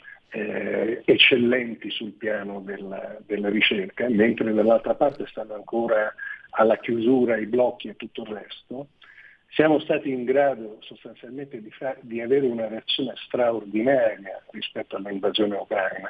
S8: Eh, eccellenti sul piano della, della ricerca, mentre dall'altra parte stanno ancora alla chiusura i blocchi e tutto il resto. Siamo stati in grado sostanzialmente di, fa- di avere una reazione straordinaria rispetto all'invasione ucraina.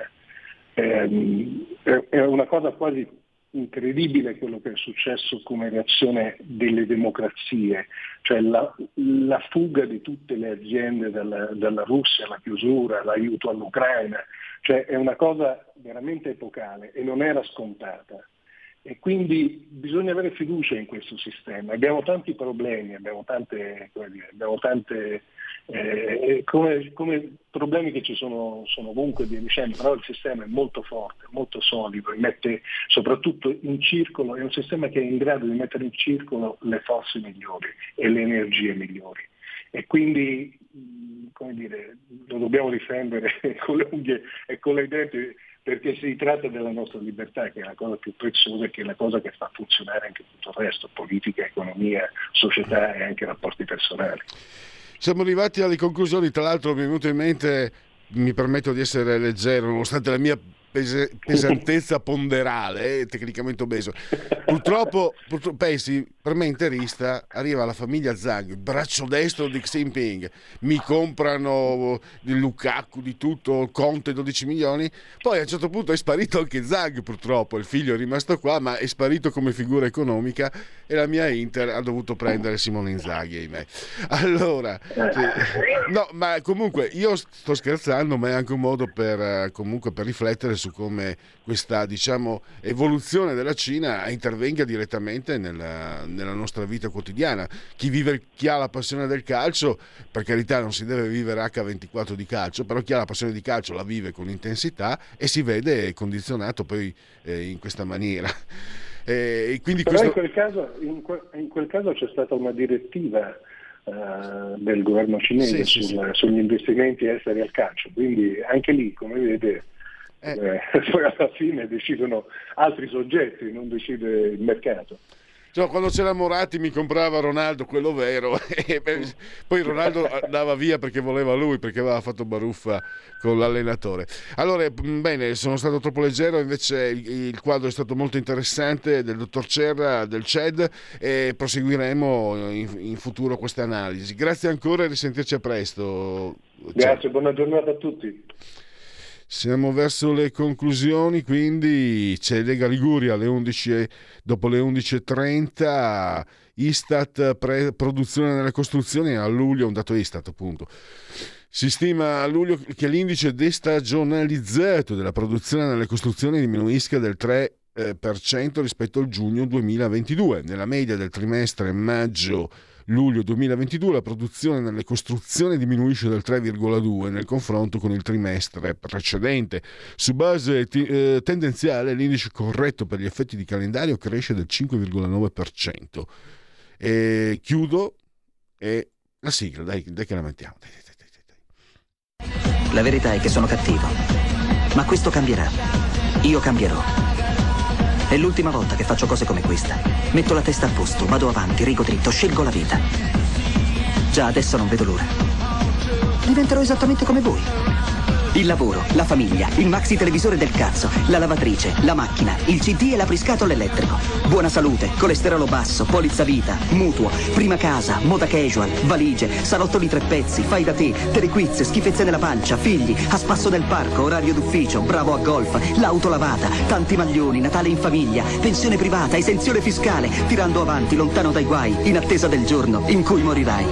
S8: Eh, è una cosa quasi incredibile quello che è successo come reazione delle democrazie, cioè la, la fuga di tutte le aziende dalla, dalla Russia, la chiusura, l'aiuto all'Ucraina, cioè è una cosa veramente epocale e non era scontata. E quindi bisogna avere fiducia in questo sistema. Abbiamo tanti problemi, abbiamo tante, come dire, abbiamo tante eh, come, come problemi che ci sono, sono ovunque via dicendo, però il sistema è molto forte, molto solido e mette soprattutto in circolo, è un sistema che è in grado di mettere in circolo le forze migliori e le energie migliori. E quindi, come dire, lo dobbiamo difendere con le unghie e con le denti, perché si tratta della nostra libertà, che è la cosa più preziosa e che è la cosa che fa funzionare anche tutto il resto, politica, economia, società e anche rapporti personali.
S2: Siamo arrivati alle conclusioni, tra l'altro mi è venuto in mente, mi permetto di essere leggero, nonostante la mia pes- pesantezza ponderale, eh, tecnicamente obeso. Purtroppo, purtroppo, pensi, per me interista, arriva la famiglia Zhang, il braccio destro di Xi Jinping, mi comprano il Lukaku di tutto, Conte dodici milioni, poi a un certo punto è sparito anche Zhang, purtroppo, il figlio è rimasto qua, ma è sparito come figura economica e la mia Inter ha dovuto prendere Simone Inzaghi, ahimè. Allora, no, ma comunque io sto scherzando, ma è anche un modo per comunque per riflettere su come questa, diciamo, evoluzione della Cina intervenga direttamente nella, nella nostra vita quotidiana. Chi vive, chi ha la passione del calcio, per carità non si deve vivere acca ventiquattro di calcio, però chi ha la passione di calcio la vive con intensità e si vede condizionato poi eh, in questa maniera. E quindi
S8: però
S2: questo...
S8: in, quel caso, in, quel, in quel caso c'è stata una direttiva uh, del governo cinese
S2: sì,
S8: sul,
S2: sì, sì.
S8: sugli investimenti esteri al calcio, quindi anche lì, come vede, eh. Eh, poi alla fine decidono altri soggetti, non decide il mercato.
S2: Cioè, quando c'era Moratti mi comprava Ronaldo, quello vero, e poi Ronaldo andava via perché voleva lui, perché aveva fatto baruffa con l'allenatore. Allora, bene, sono stato troppo leggero, invece il, il quadro è stato molto interessante del dottor Cerra, del C E D, e proseguiremo in, in futuro queste analisi. Grazie ancora e risentirci a presto.
S8: Grazie, buona giornata a tutti.
S2: Siamo verso le conclusioni, quindi c'è Lega Liguria alle undici, dopo le undici e trenta, Istat pre- produzione nelle costruzioni a luglio, un dato Istat appunto. Si stima a luglio che l'indice destagionalizzato della produzione nelle costruzioni diminuisca del tre per cento rispetto al giugno duemilaventidue. Nella media del trimestre maggio luglio duemilaventidue la produzione nelle costruzioni diminuisce del tre virgola due nel confronto con il trimestre precedente. Su base t- eh, tendenziale l'indice corretto per gli effetti di calendario cresce del cinque virgola nove per cento. E chiudo e la sigla, dai, dai che la mettiamo. Dai, dai, dai,
S13: dai. La verità è che sono cattivo, ma questo cambierà. Io cambierò. È l'ultima volta che faccio cose come questa. Metto la testa a posto, vado avanti, rigo dritto, scelgo la vita. Già adesso non vedo l'ora. Diventerò esattamente come voi. Il lavoro, la famiglia, il maxi televisore del cazzo, la lavatrice, la macchina, il C D e l'apriscatole elettrico. Buona salute, colesterolo basso, polizza vita, mutuo, prima casa, moda casual, valigie, salotto di tre pezzi, fai da te, telequiz, schifezze nella pancia, figli, a spasso nel parco, orario d'ufficio, bravo a golf, l'auto lavata, tanti maglioni, Natale in famiglia, pensione privata, esenzione fiscale, tirando avanti, lontano dai guai, in attesa del giorno in cui morirai.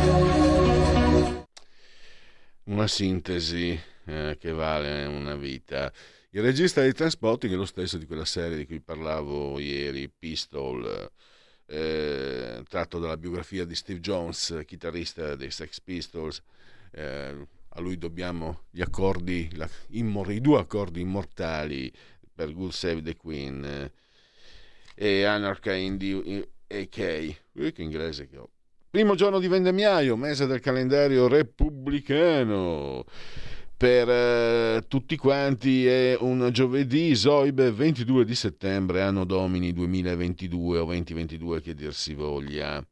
S2: Una sintesi Eh, che vale una vita. Il regista di Trainspotting è lo stesso di quella serie di cui parlavo ieri, Pistol, eh, tratto dalla biografia di Steve Jones, chitarrista dei Sex Pistols. Eh, a lui dobbiamo gli accordi, la, immor- i due accordi immortali per God Save the Queen eh, e Anarchy in the A K. Eh, che inglese che ho. Primo giorno di vendemmiaio, mese del calendario repubblicano. Per eh, tutti quanti è un giovedì, Zoibe, ventidue di settembre, anno domini duemilaventidue o duemilaventidue che dir si voglia.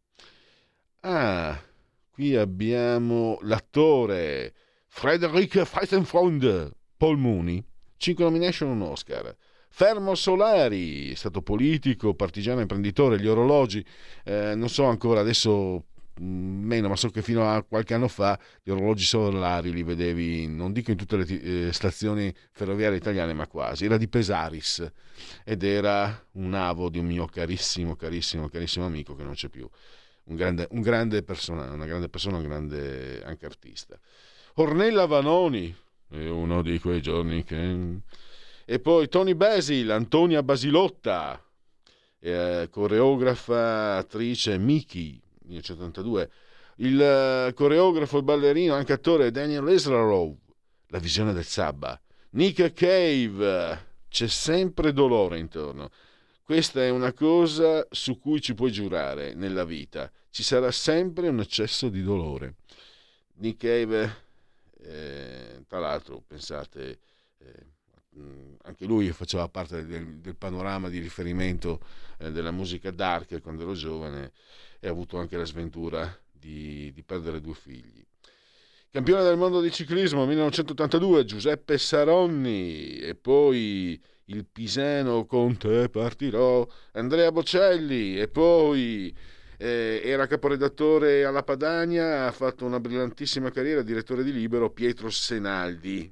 S2: Ah, qui abbiamo l'attore Frederick Freisenfreund, Paul Mooney, cinque nomination, un Oscar. Fermo Solari, è stato politico, partigiano, imprenditore, gli orologi, eh, non so ancora adesso meno, ma so che fino a qualche anno fa gli orologi solari li vedevi, non dico in tutte le eh, stazioni ferroviarie italiane, ma quasi. Era di Pesaris ed era un avo di un mio carissimo, carissimo, carissimo amico che non c'è più. Un grande, un grande persona, una grande persona, un grande anche artista. Ornella Vanoni, è uno di quei giorni che... E poi Tony Basil, Antonia Basilotta, eh, coreografa, attrice, Miki, millenovecentottantadue, il uh, coreografo e ballerino, anche attore Daniel Esrarow, La visione del Sabba, Nick Cave, c'è sempre dolore intorno. Questa è una cosa su cui ci puoi giurare nella vita, ci sarà sempre un eccesso di dolore. Nick Cave, eh, tra l'altro, pensate, eh, anche lui faceva parte del, del panorama di riferimento eh, della musica dark quando ero giovane, e ha avuto anche la sventura di, di perdere due figli. Campione del mondo di ciclismo millenovecentottantadue, Giuseppe Saronni, e poi il pisano Con te partirò, Andrea Bocelli, e poi eh, era caporedattore alla Padania, ha fatto una brillantissima carriera, direttore di Libero, Pietro Senaldi.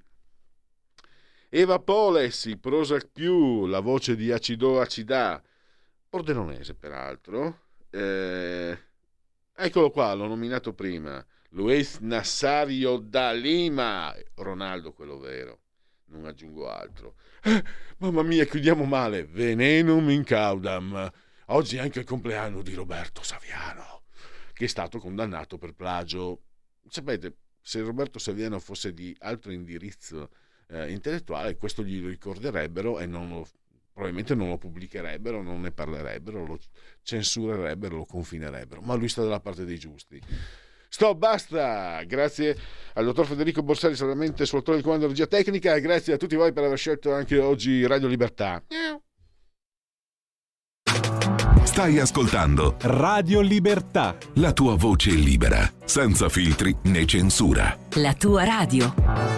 S2: Eva Polessi, Prozac più, la voce di Acido Acidà, pordenonese peraltro. Eh, eccolo qua, l'ho nominato prima, Luis Nazario da Lima, Ronaldo quello vero, non aggiungo altro. Eh, mamma mia, chiudiamo male. Venenum incaudam. Oggi è anche il compleanno di Roberto Saviano, che è stato condannato per plagio. Sapete, se Roberto Saviano fosse di altro indirizzo eh, intellettuale, questo gli ricorderebbero e non lo, probabilmente non lo pubblicherebbero, non ne parlerebbero, lo censurerebbero, lo confinerebbero, ma lui sta dalla parte dei giusti. Stop, basta! Grazie al dottor Federico Borsari, solamente sul autore del comando di regia tecnica, e grazie a tutti voi per aver scelto anche oggi Radio Libertà.
S7: Stai ascoltando
S5: Radio Libertà.
S7: La tua voce libera, senza filtri né censura.
S10: La tua radio.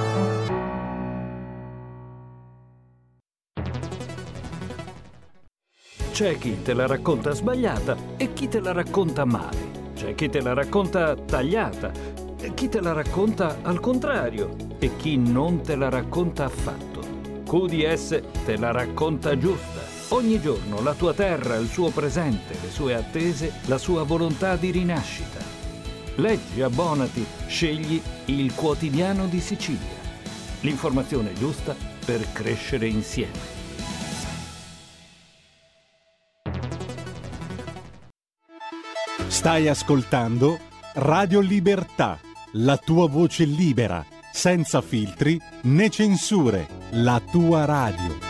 S14: C'è chi te la racconta sbagliata e chi te la racconta male. C'è chi te la racconta tagliata e chi te la racconta al contrario e chi non te la racconta affatto. Q D S te la racconta giusta. Ogni giorno la tua terra, il suo presente, le sue attese, la sua volontà di rinascita. Leggi, abbonati, scegli il Quotidiano di Sicilia. L'informazione giusta per crescere insieme.
S5: Stai ascoltando Radio Libertà, la tua voce libera, senza filtri né censure, la tua radio.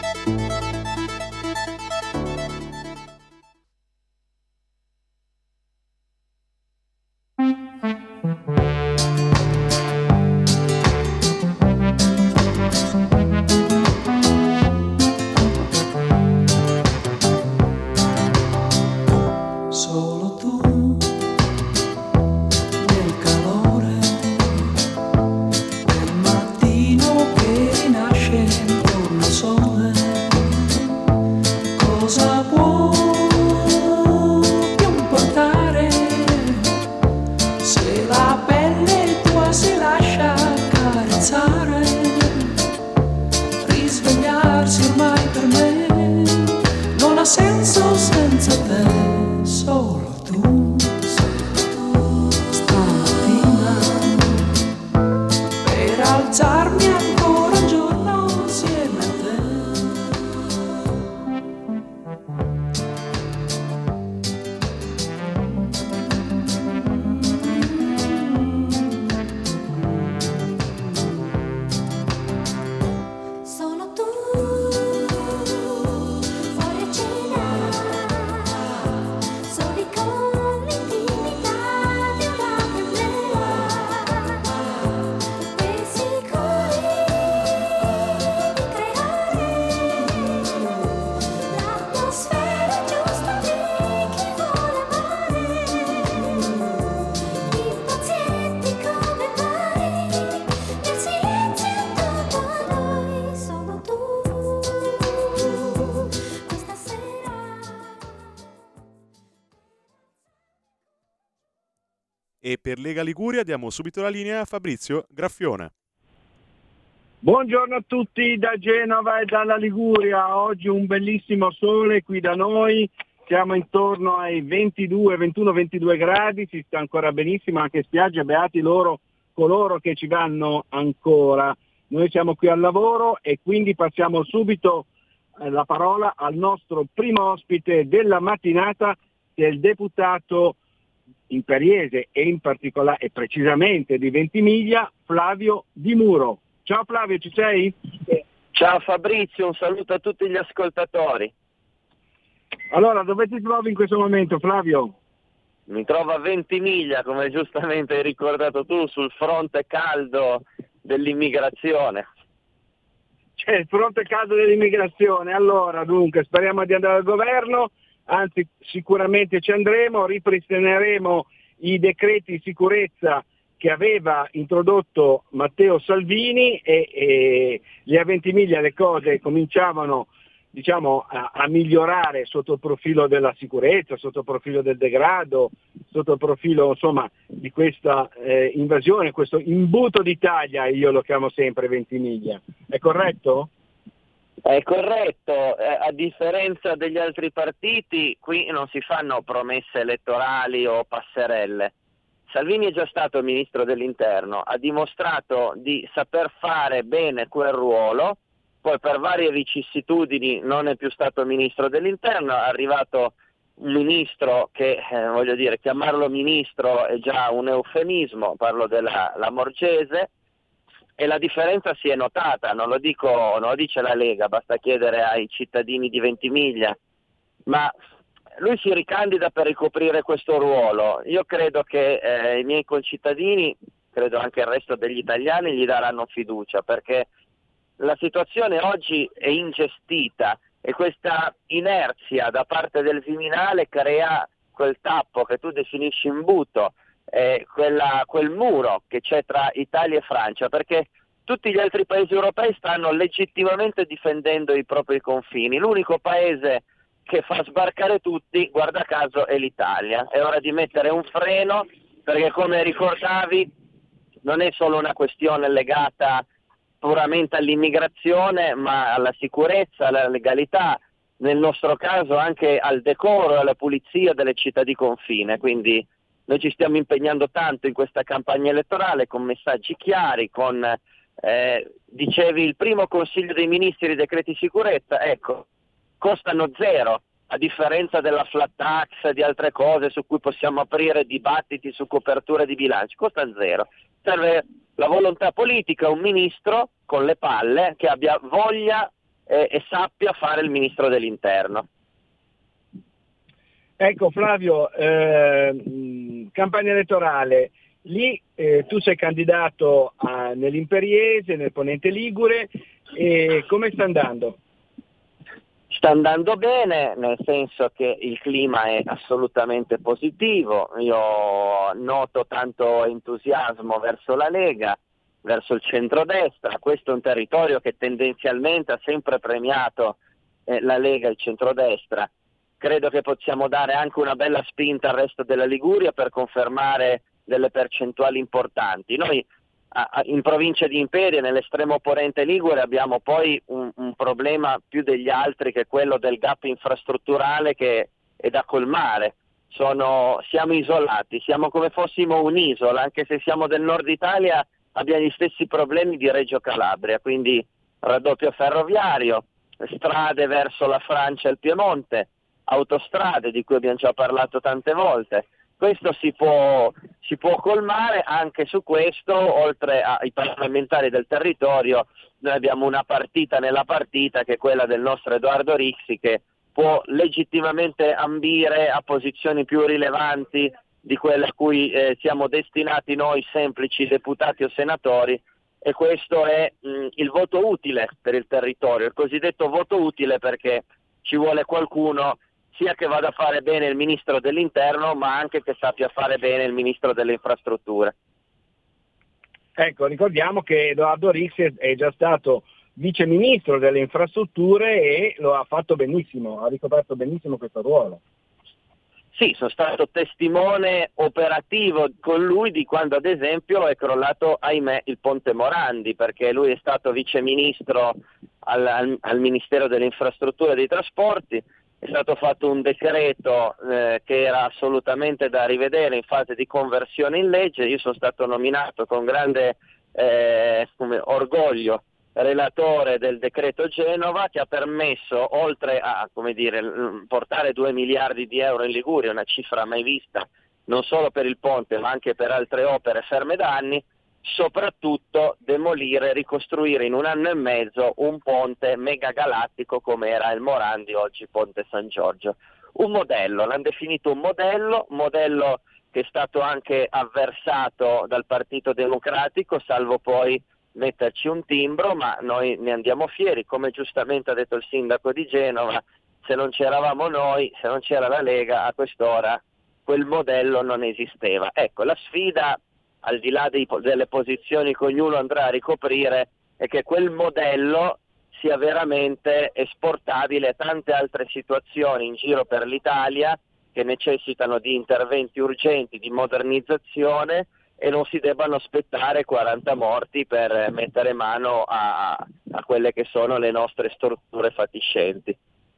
S15: E per Lega Liguria diamo subito la linea a Fabrizio Graffione.
S16: Buongiorno a tutti da Genova e dalla Liguria. Oggi un bellissimo sole qui da noi, siamo intorno ai ventidue, ventuno ventidue gradi, si sta ancora benissimo, anche in spiaggia, beati loro, coloro che ci vanno ancora. Noi siamo qui al lavoro e quindi passiamo subito la parola al nostro primo ospite della mattinata, che è il deputato imperiese e in particolare e precisamente di Ventimiglia, Flavio Di Muro. Ciao Flavio, ci sei?
S17: Ciao Fabrizio, un saluto a tutti gli ascoltatori.
S16: Allora, dove ti trovi in questo momento, Flavio?
S17: Mi trovo a Ventimiglia, come giustamente hai ricordato tu, sul fronte caldo dell'immigrazione.
S16: C'è il fronte caldo dell'immigrazione. Allora, dunque, speriamo di andare al governo. Anzi, sicuramente ci andremo, ripristineremo i decreti di sicurezza che aveva introdotto Matteo Salvini e, e lì a Ventimiglia le cose cominciavano, diciamo, a, a migliorare sotto il profilo della sicurezza, sotto il profilo del degrado, sotto il profilo, insomma, di questa eh, invasione, questo imbuto d'Italia, io lo chiamo sempre Ventimiglia. È corretto?
S17: È corretto, eh, a differenza degli altri partiti, qui non si fanno promesse elettorali o passerelle. Salvini è già stato ministro dell'Interno, ha dimostrato di saper fare bene quel ruolo, poi per varie vicissitudini non è più stato ministro dell'Interno, è arrivato un ministro che, eh, voglio dire, chiamarlo ministro è già un eufemismo, parlo della Lamorgese, e la differenza si è notata, non lo dico, non lo dice la Lega, basta chiedere ai cittadini di Ventimiglia, ma lui si ricandida per ricoprire questo ruolo. Io credo che eh, i miei concittadini, credo anche il resto degli italiani, gli daranno fiducia, perché la situazione oggi è ingestita e questa inerzia da parte del Viminale crea quel tappo che tu definisci imbuto, eh, quella, quel muro che c'è tra Italia e Francia, perché tutti gli altri paesi europei stanno legittimamente difendendo i propri confini. L'unico paese che fa sbarcare tutti, guarda caso, è l'Italia. È ora di mettere un freno, perché come ricordavi non è solo una questione legata puramente all'immigrazione, ma alla sicurezza, alla legalità, nel nostro caso anche al decoro e alla pulizia delle città di confine. Quindi noi ci stiamo impegnando tanto in questa campagna elettorale con messaggi chiari, con, eh, dicevi, il primo Consiglio dei Ministri, i decreti sicurezza, ecco, costano zero, a differenza della flat tax, di altre cose su cui possiamo aprire dibattiti su copertura di bilancio, costa zero. Serve la volontà politica, un ministro con le palle che abbia voglia eh, e sappia fare il ministro dell'interno.
S16: Ecco Flavio, eh, campagna elettorale, lì eh, tu sei candidato a, nell'Imperiese, nel Ponente Ligure, e come sta andando?
S17: Sta andando bene, nel senso che il clima è assolutamente positivo, io noto tanto entusiasmo verso la Lega, verso il centrodestra. Questo è un territorio che tendenzialmente ha sempre premiato eh, la Lega e il centrodestra. Credo che possiamo dare anche una bella spinta al resto della Liguria per confermare delle percentuali importanti. Noi in provincia di Imperia, nell'estremo ponente Ligure, abbiamo poi un, un problema più degli altri, che è quello del gap infrastrutturale che è da colmare. Sono, siamo isolati, siamo come fossimo un'isola, anche se siamo del nord Italia abbiamo gli stessi problemi di Reggio Calabria, quindi raddoppio ferroviario, strade verso la Francia e il Piemonte, autostrade di cui abbiamo già parlato tante volte. Questo si può, si può colmare. Anche su questo, oltre ai parlamentari del territorio, noi abbiamo una partita nella partita, che è quella del nostro Edoardo Rixi, che può legittimamente ambire a posizioni più rilevanti di quelle a cui eh, siamo destinati noi semplici deputati o senatori, e questo è mh, il voto utile per il territorio, il cosiddetto voto utile, perché ci vuole qualcuno sia che vada a fare bene il ministro dell'interno, ma anche che sappia fare bene il ministro delle infrastrutture.
S16: Ecco, ricordiamo che Edoardo Rixi è già stato vice ministro delle infrastrutture e lo ha fatto benissimo, ha ricoperto benissimo questo ruolo.
S17: Sì, sono stato testimone operativo con lui di quando ad esempio è crollato, ahimè, il Ponte Morandi, perché lui è stato vice ministro al, al, al Ministero delle Infrastrutture e dei Trasporti. È stato fatto un decreto eh, che era assolutamente da rivedere in fase di conversione in legge. Io sono stato nominato con grande eh, come orgoglio relatore del decreto Genova, che ha permesso, oltre a come dire, portare due miliardi di euro in Liguria, una cifra mai vista non solo per il ponte ma anche per altre opere ferme da anni, soprattutto demolire e ricostruire in un anno e mezzo un ponte megagalattico come era il Morandi, oggi Ponte San Giorgio. Un modello, l'hanno definito un modello, modello che è stato anche avversato dal Partito Democratico, salvo poi metterci un timbro, ma noi ne andiamo fieri. Come giustamente ha detto il sindaco di Genova, se non c'eravamo noi, se non c'era la Lega, a quest'ora quel modello non esisteva. Ecco, la sfida, al di là dei, delle posizioni che ognuno andrà a ricoprire, è che quel modello sia veramente esportabile a tante altre situazioni in giro per l'Italia che necessitano di interventi urgenti, di modernizzazione, e non si debbano aspettare quaranta morti per mettere mano a, a quelle che sono le nostre strutture fatiscenti.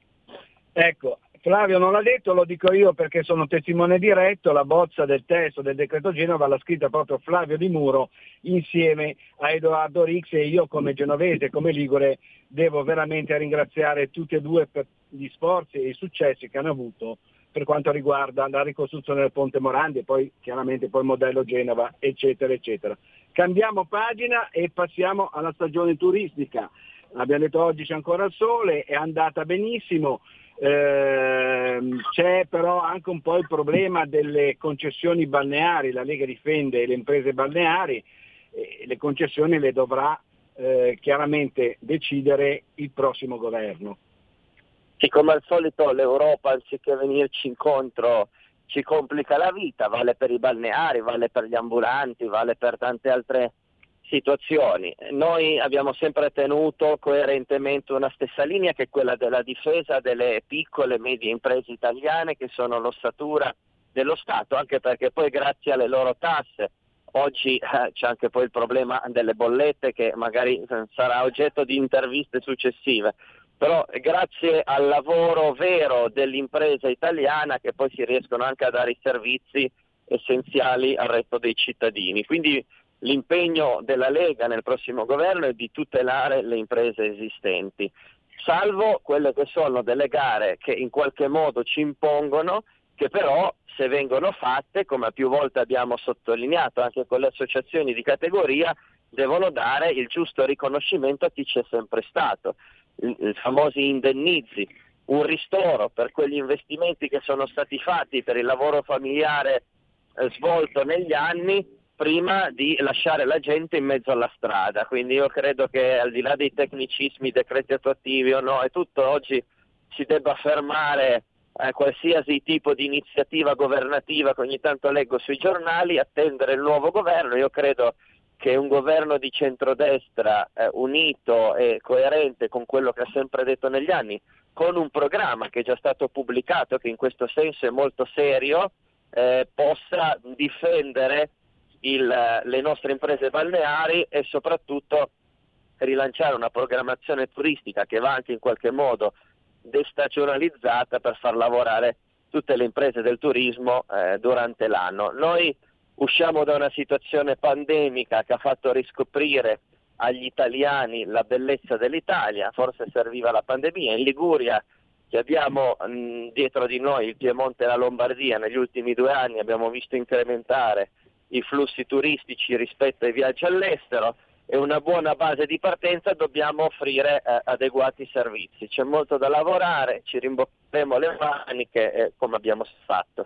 S16: Ecco, Flavio non l'ha detto, lo dico io perché sono testimone diretto, la bozza del testo del decreto Genova l'ha scritta proprio Flavio Di Muro insieme a Edoardo Rixi, e io come genovese, come ligure, devo veramente ringraziare tutti e due per gli sforzi e i successi che hanno avuto per quanto riguarda la ricostruzione del Ponte Morandi e poi chiaramente poi il modello Genova, eccetera, eccetera. Cambiamo pagina e passiamo alla stagione turistica. Abbiamo detto oggi c'è ancora il sole, è andata benissimo. Eh, c'è però anche un po' il problema delle concessioni balneari. La Lega difende le imprese balneari e le concessioni le dovrà eh, chiaramente decidere il prossimo governo.
S17: Sì, come al solito l'Europa, anziché venirci incontro, ci complica la vita, vale per i balneari, vale per gli ambulanti, vale per tante altre situazioni. Noi abbiamo sempre tenuto coerentemente una stessa linea, che è quella della difesa delle piccole e medie imprese italiane, che sono l'ossatura dello Stato, anche perché poi grazie alle loro tasse, oggi eh, c'è anche poi il problema delle bollette, che magari eh, sarà oggetto di interviste successive, però grazie al lavoro vero dell'impresa italiana che poi si riescono anche a dare i servizi essenziali al resto dei cittadini. Quindi l'impegno della Lega nel prossimo governo è di tutelare le imprese esistenti, salvo quelle che sono delle gare che in qualche modo ci impongono, che però se vengono fatte, come più volte abbiamo sottolineato anche con le associazioni di categoria, devono dare il giusto riconoscimento a chi c'è sempre stato. I, i famosi indennizi, un ristoro per quegli investimenti che sono stati fatti per il lavoro familiare eh, svolto negli anni, prima di lasciare la gente in mezzo alla strada. Quindi io credo che al di là dei tecnicismi, decreti attuativi o no, e tutto, oggi si debba fermare eh, qualsiasi tipo di iniziativa governativa che ogni tanto leggo sui giornali, attendere il nuovo governo. Io credo che un governo di centrodestra eh, unito e coerente con quello che ha sempre detto negli anni, con un programma che è già stato pubblicato, che in questo senso è molto serio, eh, possa difendere il, le nostre imprese balneari e soprattutto rilanciare una programmazione turistica che va anche in qualche modo destagionalizzata per far lavorare tutte le imprese del turismo eh, durante l'anno. Noi usciamo da una situazione pandemica che ha fatto riscoprire agli italiani la bellezza dell'Italia, forse serviva la pandemia. In Liguria, che abbiamo mh, dietro di noi il Piemonte e la Lombardia, negli ultimi due anni abbiamo visto incrementare i flussi turistici rispetto ai viaggi all'estero, e una buona base di partenza dobbiamo offrire eh, adeguati servizi. C'è molto da lavorare, ci rimboccheremo le maniche eh, come abbiamo fatto.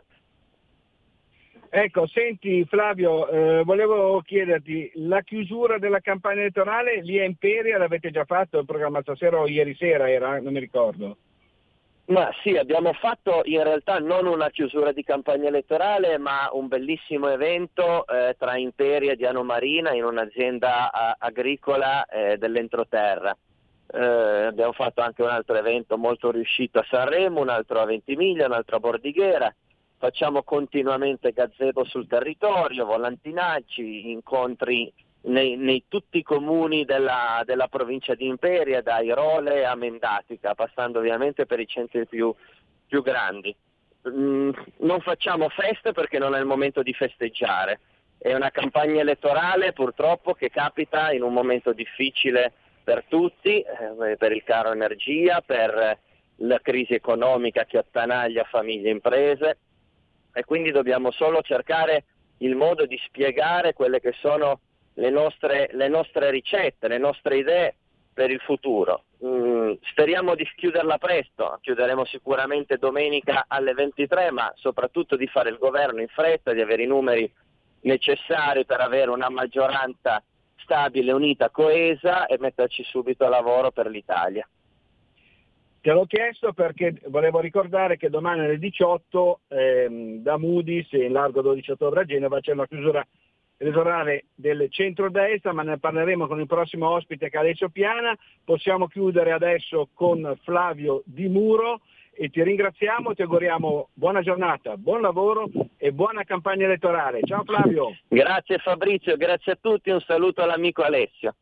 S16: Ecco, senti Flavio, eh, volevo chiederti, la chiusura della campagna elettorale lì a Imperia l'avete già fatto, il programma stasera o ieri sera era, non mi ricordo.
S17: Ma sì, abbiamo fatto in realtà non una chiusura di campagna elettorale, ma un bellissimo evento eh, tra Imperia e Diano Marina in un'azienda a, agricola eh, dell'entroterra. Eh, abbiamo fatto anche un altro evento molto riuscito a Sanremo, un altro a Ventimiglia, un altro a Bordighera. Facciamo continuamente gazebo sul territorio, volantinaggi, incontri nei, nei tutti i comuni della, della provincia di Imperia, da Airole a Mendatica, passando ovviamente per i centri più, più grandi. Mm, non facciamo feste perché non è il momento di festeggiare. È una campagna elettorale purtroppo che capita in un momento difficile per tutti, eh, per il caro energia, per la crisi economica che attanaglia famiglie e imprese. E quindi dobbiamo solo cercare il modo di spiegare quelle che sono le nostre, le nostre ricette, le nostre idee per il futuro. Mm, speriamo di chiuderla presto, chiuderemo sicuramente domenica alle ventitré, ma soprattutto di fare il governo in fretta, di avere i numeri necessari per avere una maggioranza stabile, unita, coesa e metterci subito a lavoro per l'Italia.
S16: Te l'ho chiesto perché volevo ricordare che domani alle diciotto ehm, da Moody's in largo dodici ottobre a Genova c'è una chiusura elettorale del centrodestra, ma ne parleremo con il prossimo ospite che è Alessio Piana. Possiamo chiudere adesso con Flavio Di Muro e ti ringraziamo, ti auguriamo buona giornata, buon lavoro e buona campagna elettorale. Ciao Flavio.
S17: Grazie Fabrizio, grazie a tutti, un saluto all'amico Alessio.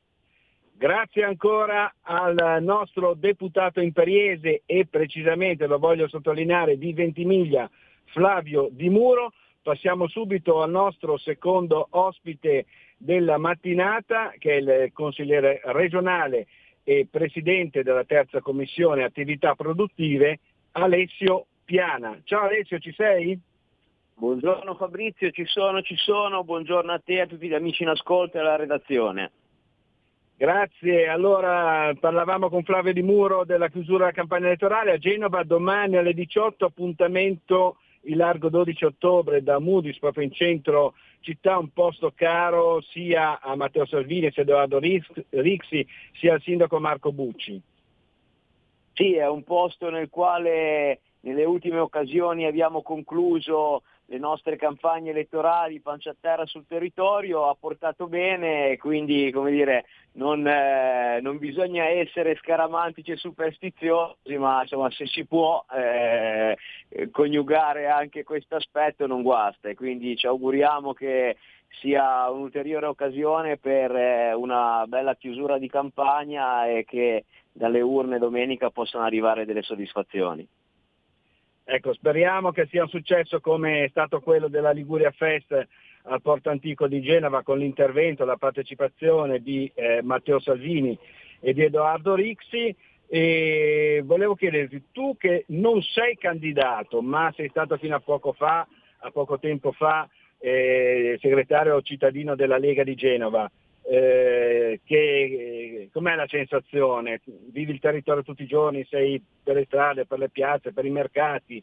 S16: Grazie ancora al nostro deputato imperiese e precisamente, lo voglio sottolineare, di Ventimiglia, Flavio Di Muro. Passiamo subito al nostro secondo ospite della mattinata, che è il consigliere regionale e presidente della terza commissione attività produttive, Alessio Piana. Ciao Alessio, ci sei?
S18: Buongiorno Fabrizio, ci sono, ci sono, buongiorno a te e a tutti gli amici in ascolto e alla redazione.
S16: Grazie, allora parlavamo con Flavio Di Muro della chiusura della campagna elettorale a Genova, domani alle diciotto appuntamento il largo dodici ottobre da Moody's proprio in centro città, un posto caro sia a Matteo Salvini sia a Edoardo Rixi sia al sindaco Marco Bucci.
S18: Sì, è un posto nel quale nelle ultime occasioni abbiamo concluso le nostre campagne elettorali pancia a terra sul territorio, ha portato bene, quindi come dire non, eh, non bisogna essere scaramantici e superstiziosi, ma insomma se si può eh, coniugare anche questo aspetto non guasta, e quindi ci auguriamo che sia un'ulteriore occasione per eh, una bella chiusura di campagna e che dalle urne domenica possano arrivare delle soddisfazioni.
S16: Ecco, speriamo che sia un successo come è stato quello della Liguria Fest al Porto Antico di Genova, con l'intervento, la partecipazione di eh, Matteo Salvini e di Edoardo Rixi. E volevo chiederti, tu che non sei candidato, ma sei stato fino a poco fa, a poco tempo fa, eh, segretario cittadino della Lega di Genova, eh, che, com'è la sensazione? Vivi il territorio tutti i giorni, sei per le strade, per le piazze, per i mercati?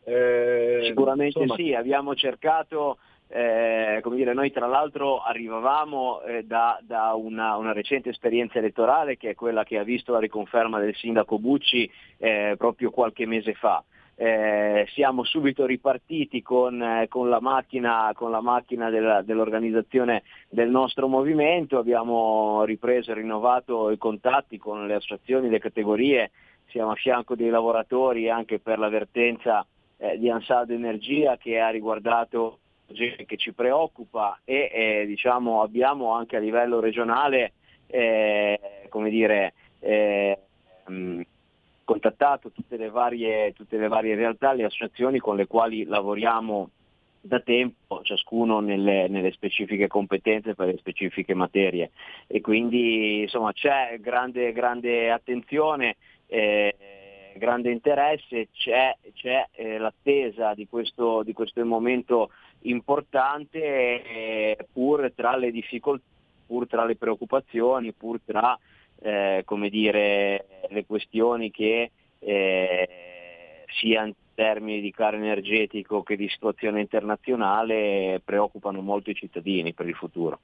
S16: Eh,
S18: Sicuramente
S16: insomma...
S18: sì, abbiamo cercato, eh, come dire, noi tra l'altro arrivavamo eh, da, da una, una recente esperienza elettorale, che è quella che ha visto la riconferma del sindaco Bucci eh, proprio qualche mese fa. Eh, siamo subito ripartiti con, eh, con la macchina, con la macchina della, dell'organizzazione del nostro movimento, abbiamo ripreso e rinnovato i contatti con le associazioni, le categorie, siamo a fianco dei lavoratori anche per la vertenza eh, di Ansaldo Energia che ha riguardato che ci preoccupa, e eh, diciamo abbiamo anche a livello regionale eh, come dire eh, mh, contattato tutte le varie tutte le varie realtà, le associazioni con le quali lavoriamo da tempo, ciascuno nelle, nelle specifiche competenze per le specifiche materie, e quindi insomma c'è grande grande attenzione, eh, grande interesse, c'è, c'è eh, l'attesa di questo, di questo momento importante, eh, pur tra le difficoltà, pur tra le preoccupazioni, pur tra eh, come dire le questioni che eh, sia in termini di caro energetico che di situazione internazionale preoccupano molto i cittadini per il futuro.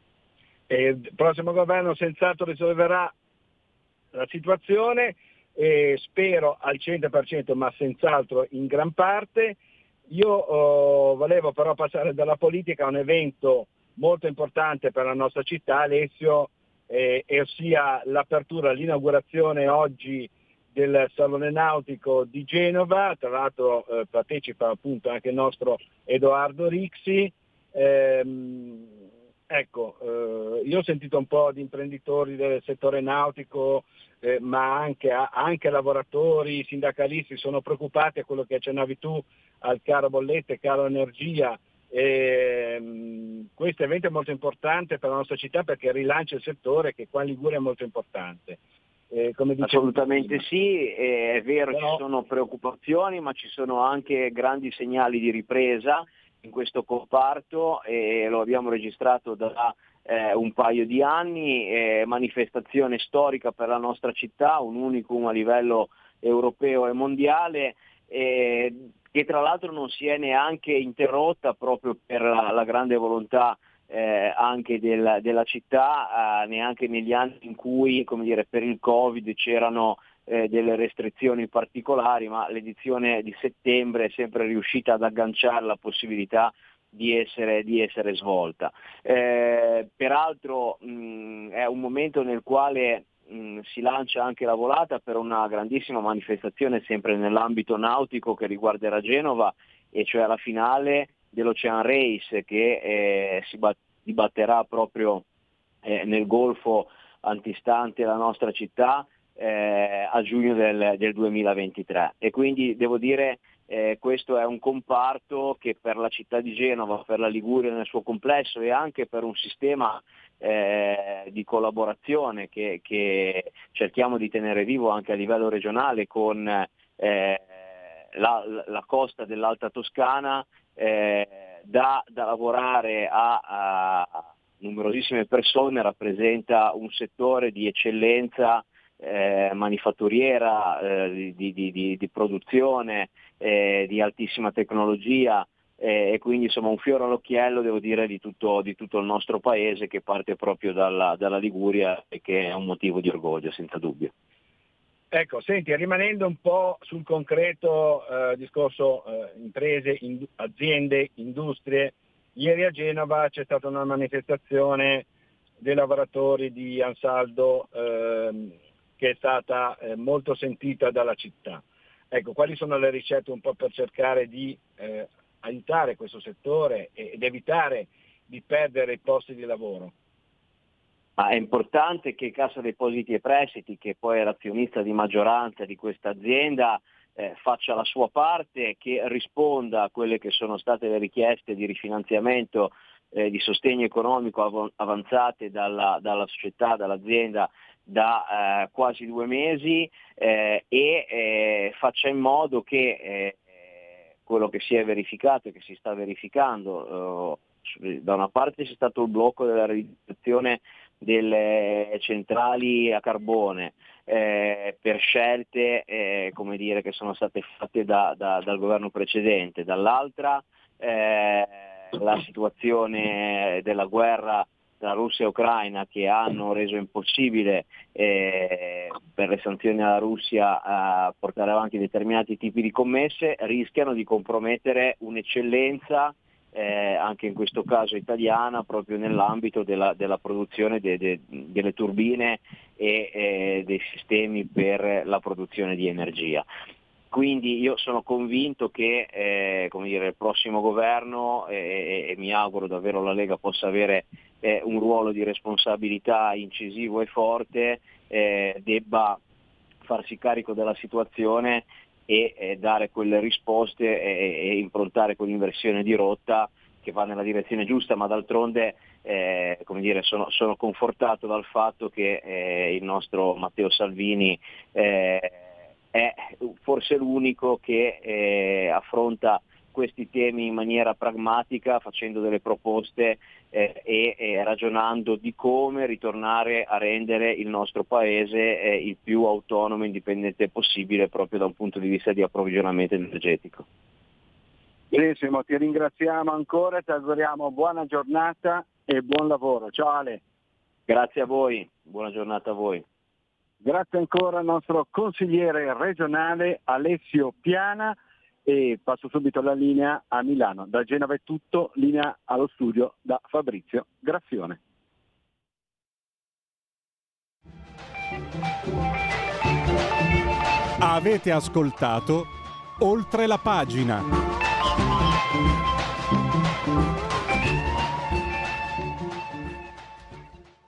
S16: E il prossimo governo senz'altro risolverà la situazione, e spero al cento per cento, ma senz'altro in gran parte. Io oh, volevo però passare dalla politica a un evento molto importante per la nostra città, Alessio, eh, e ossia l'apertura, l'inaugurazione oggi del Salone Nautico di Genova. Tra l'altro eh, partecipa appunto anche il nostro Edoardo Rixi. Ehm, ecco, eh, io ho sentito un po' di imprenditori del settore nautico, eh, ma anche, anche lavoratori, sindacalisti sono preoccupati a quello che accennavi tu, al caro bollette, caro energia. E, mh, questo evento è molto importante per la nostra città perché rilancia il settore che qua in Liguria è molto importante. Eh, come
S18: Assolutamente prima. Sì, è vero, Però... ci sono preoccupazioni, ma ci sono anche grandi segnali di ripresa in questo comparto, e lo abbiamo registrato da eh, un paio di anni, eh, manifestazione storica per la nostra città, un unicum a livello europeo e mondiale, eh, che tra l'altro non si è neanche interrotta proprio per la, la grande volontà eh, anche del, della città, eh, neanche negli anni in cui, come dire, per il Covid c'erano eh, delle restrizioni particolari, ma l'edizione di settembre è sempre riuscita ad agganciare la possibilità di essere, di essere svolta. Eh, peraltro mh, è un momento nel quale mh, si lancia anche la volata per una grandissima manifestazione sempre nell'ambito nautico che riguarderà Genova, e cioè la finale dell'Ocean Race che eh, si bat- dibatterà proprio eh, nel golfo antistante la nostra città eh, a giugno del, del duemilaventitré, e quindi devo dire eh, questo è un comparto che per la città di Genova, per la Liguria nel suo complesso e anche per un sistema eh, di collaborazione che, che cerchiamo di tenere vivo anche a livello regionale con eh, la, la costa dell'Alta Toscana, eh, da, da lavorare a, a numerosissime persone, rappresenta un settore di eccellenza eh, manifatturiera, eh, di, di, di, di produzione, eh, di altissima tecnologia, eh, e quindi insomma un fiore all'occhiello, devo dire, di tutto, di tutto il nostro paese, che parte proprio dalla, dalla Liguria e che è un motivo di orgoglio senza dubbio.
S16: Ecco, senti, rimanendo un po' sul concreto eh, discorso eh, imprese, ind- aziende, industrie, ieri a Genova c'è stata una manifestazione dei lavoratori di Ansaldo ehm, che è stata eh, molto sentita dalla città. Ecco, quali sono le ricette un po' per cercare di eh, aiutare questo settore ed evitare di perdere i posti di lavoro?
S18: Ma è importante che Cassa Depositi e Prestiti, che poi è l'azionista di maggioranza di questa azienda, eh, faccia la sua parte, che risponda a quelle che sono state le richieste di rifinanziamento, eh, di sostegno economico av- avanzate dalla, dalla società, dall'azienda da eh, quasi due mesi eh, e eh, faccia in modo che eh, quello che si è verificato e che si sta verificando, eh, da una parte c'è stato il blocco della realizzazione delle centrali a carbone eh, per scelte eh, come dire, che sono state fatte da, da, dal governo precedente, dall'altra eh, la situazione della guerra tra Russia e Ucraina, che hanno reso impossibile eh, per le sanzioni alla Russia a portare avanti determinati tipi di commesse, rischiano di compromettere un'eccellenza eh, anche in questo caso italiana, proprio nell'ambito della, della produzione de, de, delle turbine e eh, dei sistemi per la produzione di energia. Quindi io sono convinto che eh, come dire, il prossimo governo, eh, e mi auguro davvero la Lega possa avere eh, un ruolo di responsabilità incisivo e forte, eh, debba farsi carico della situazione e eh, dare quelle risposte e, e improntare quell'inversione di rotta che va nella direzione giusta, ma d'altronde eh, come dire, sono, sono confortato dal fatto che eh, il nostro Matteo Salvini eh, è forse l'unico che eh, affronta questi temi in maniera pragmatica, facendo delle proposte eh, e, e ragionando di come ritornare a rendere il nostro paese eh, il più autonomo e indipendente possibile proprio da un punto di vista di approvvigionamento energetico.
S16: Benissimo, ti ringraziamo ancora, ti auguriamo buona giornata e buon lavoro. Ciao Ale.
S18: Grazie a voi, buona giornata a voi.
S16: Grazie ancora al nostro consigliere regionale Alessio Piana e passo subito la linea a Milano. Da Genova è tutto, linea allo studio da Fabrizio Graffione.
S5: Avete ascoltato Oltre la pagina.